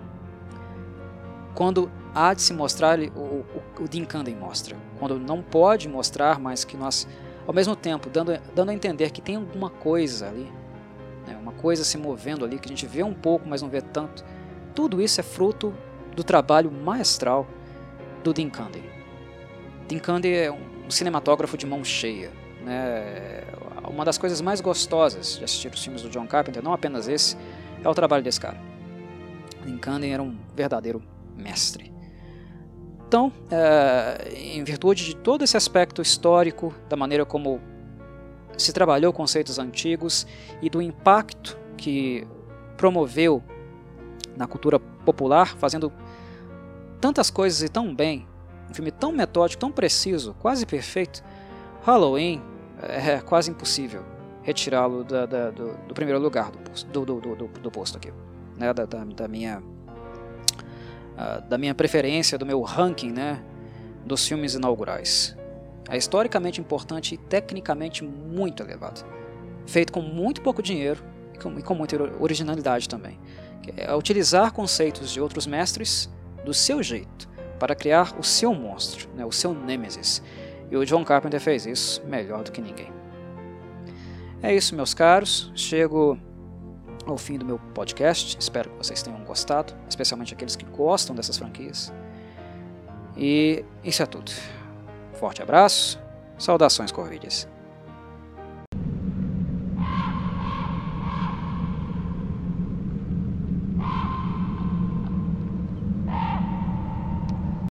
Quando há de se mostrar, o, o, o Dean Cundey mostra. Quando não pode mostrar, mas que nós, ao mesmo tempo, dando, dando a entender que tem alguma coisa ali, né, uma coisa se movendo ali, que a gente vê um pouco, mas não vê tanto. Tudo isso é fruto do trabalho maestral do Dean Cundey. Dean Cundey é um cinematógrafo de mão cheia, né? Uma das coisas mais gostosas de assistir os filmes do John Carpenter, não apenas esse, é o trabalho desse cara. Dean Cundey era um verdadeiro mestre. Então, é, em virtude de todo esse aspecto histórico, da maneira como se trabalhou conceitos antigos e do impacto que promoveu na cultura popular, fazendo tantas coisas e tão bem, um filme tão metódico, tão preciso, quase perfeito, Halloween é quase impossível retirá-lo da, da, do, do primeiro lugar do posto, do, do, do, do posto aqui, né, da, da, da, minha, uh, da minha preferência, do meu ranking, né, dos filmes inaugurais. É historicamente importante e tecnicamente muito elevado, feito com muito pouco dinheiro e com, e com muita originalidade também. É utilizar conceitos de outros mestres do seu jeito para criar o seu monstro, né, o seu nêmesis. E o John Carpenter fez isso melhor do que ninguém. É isso, meus caros. Chego ao fim do meu podcast. Espero que vocês tenham gostado, especialmente aqueles que gostam dessas franquias. E isso é tudo. Forte abraço. Saudações, Corvides.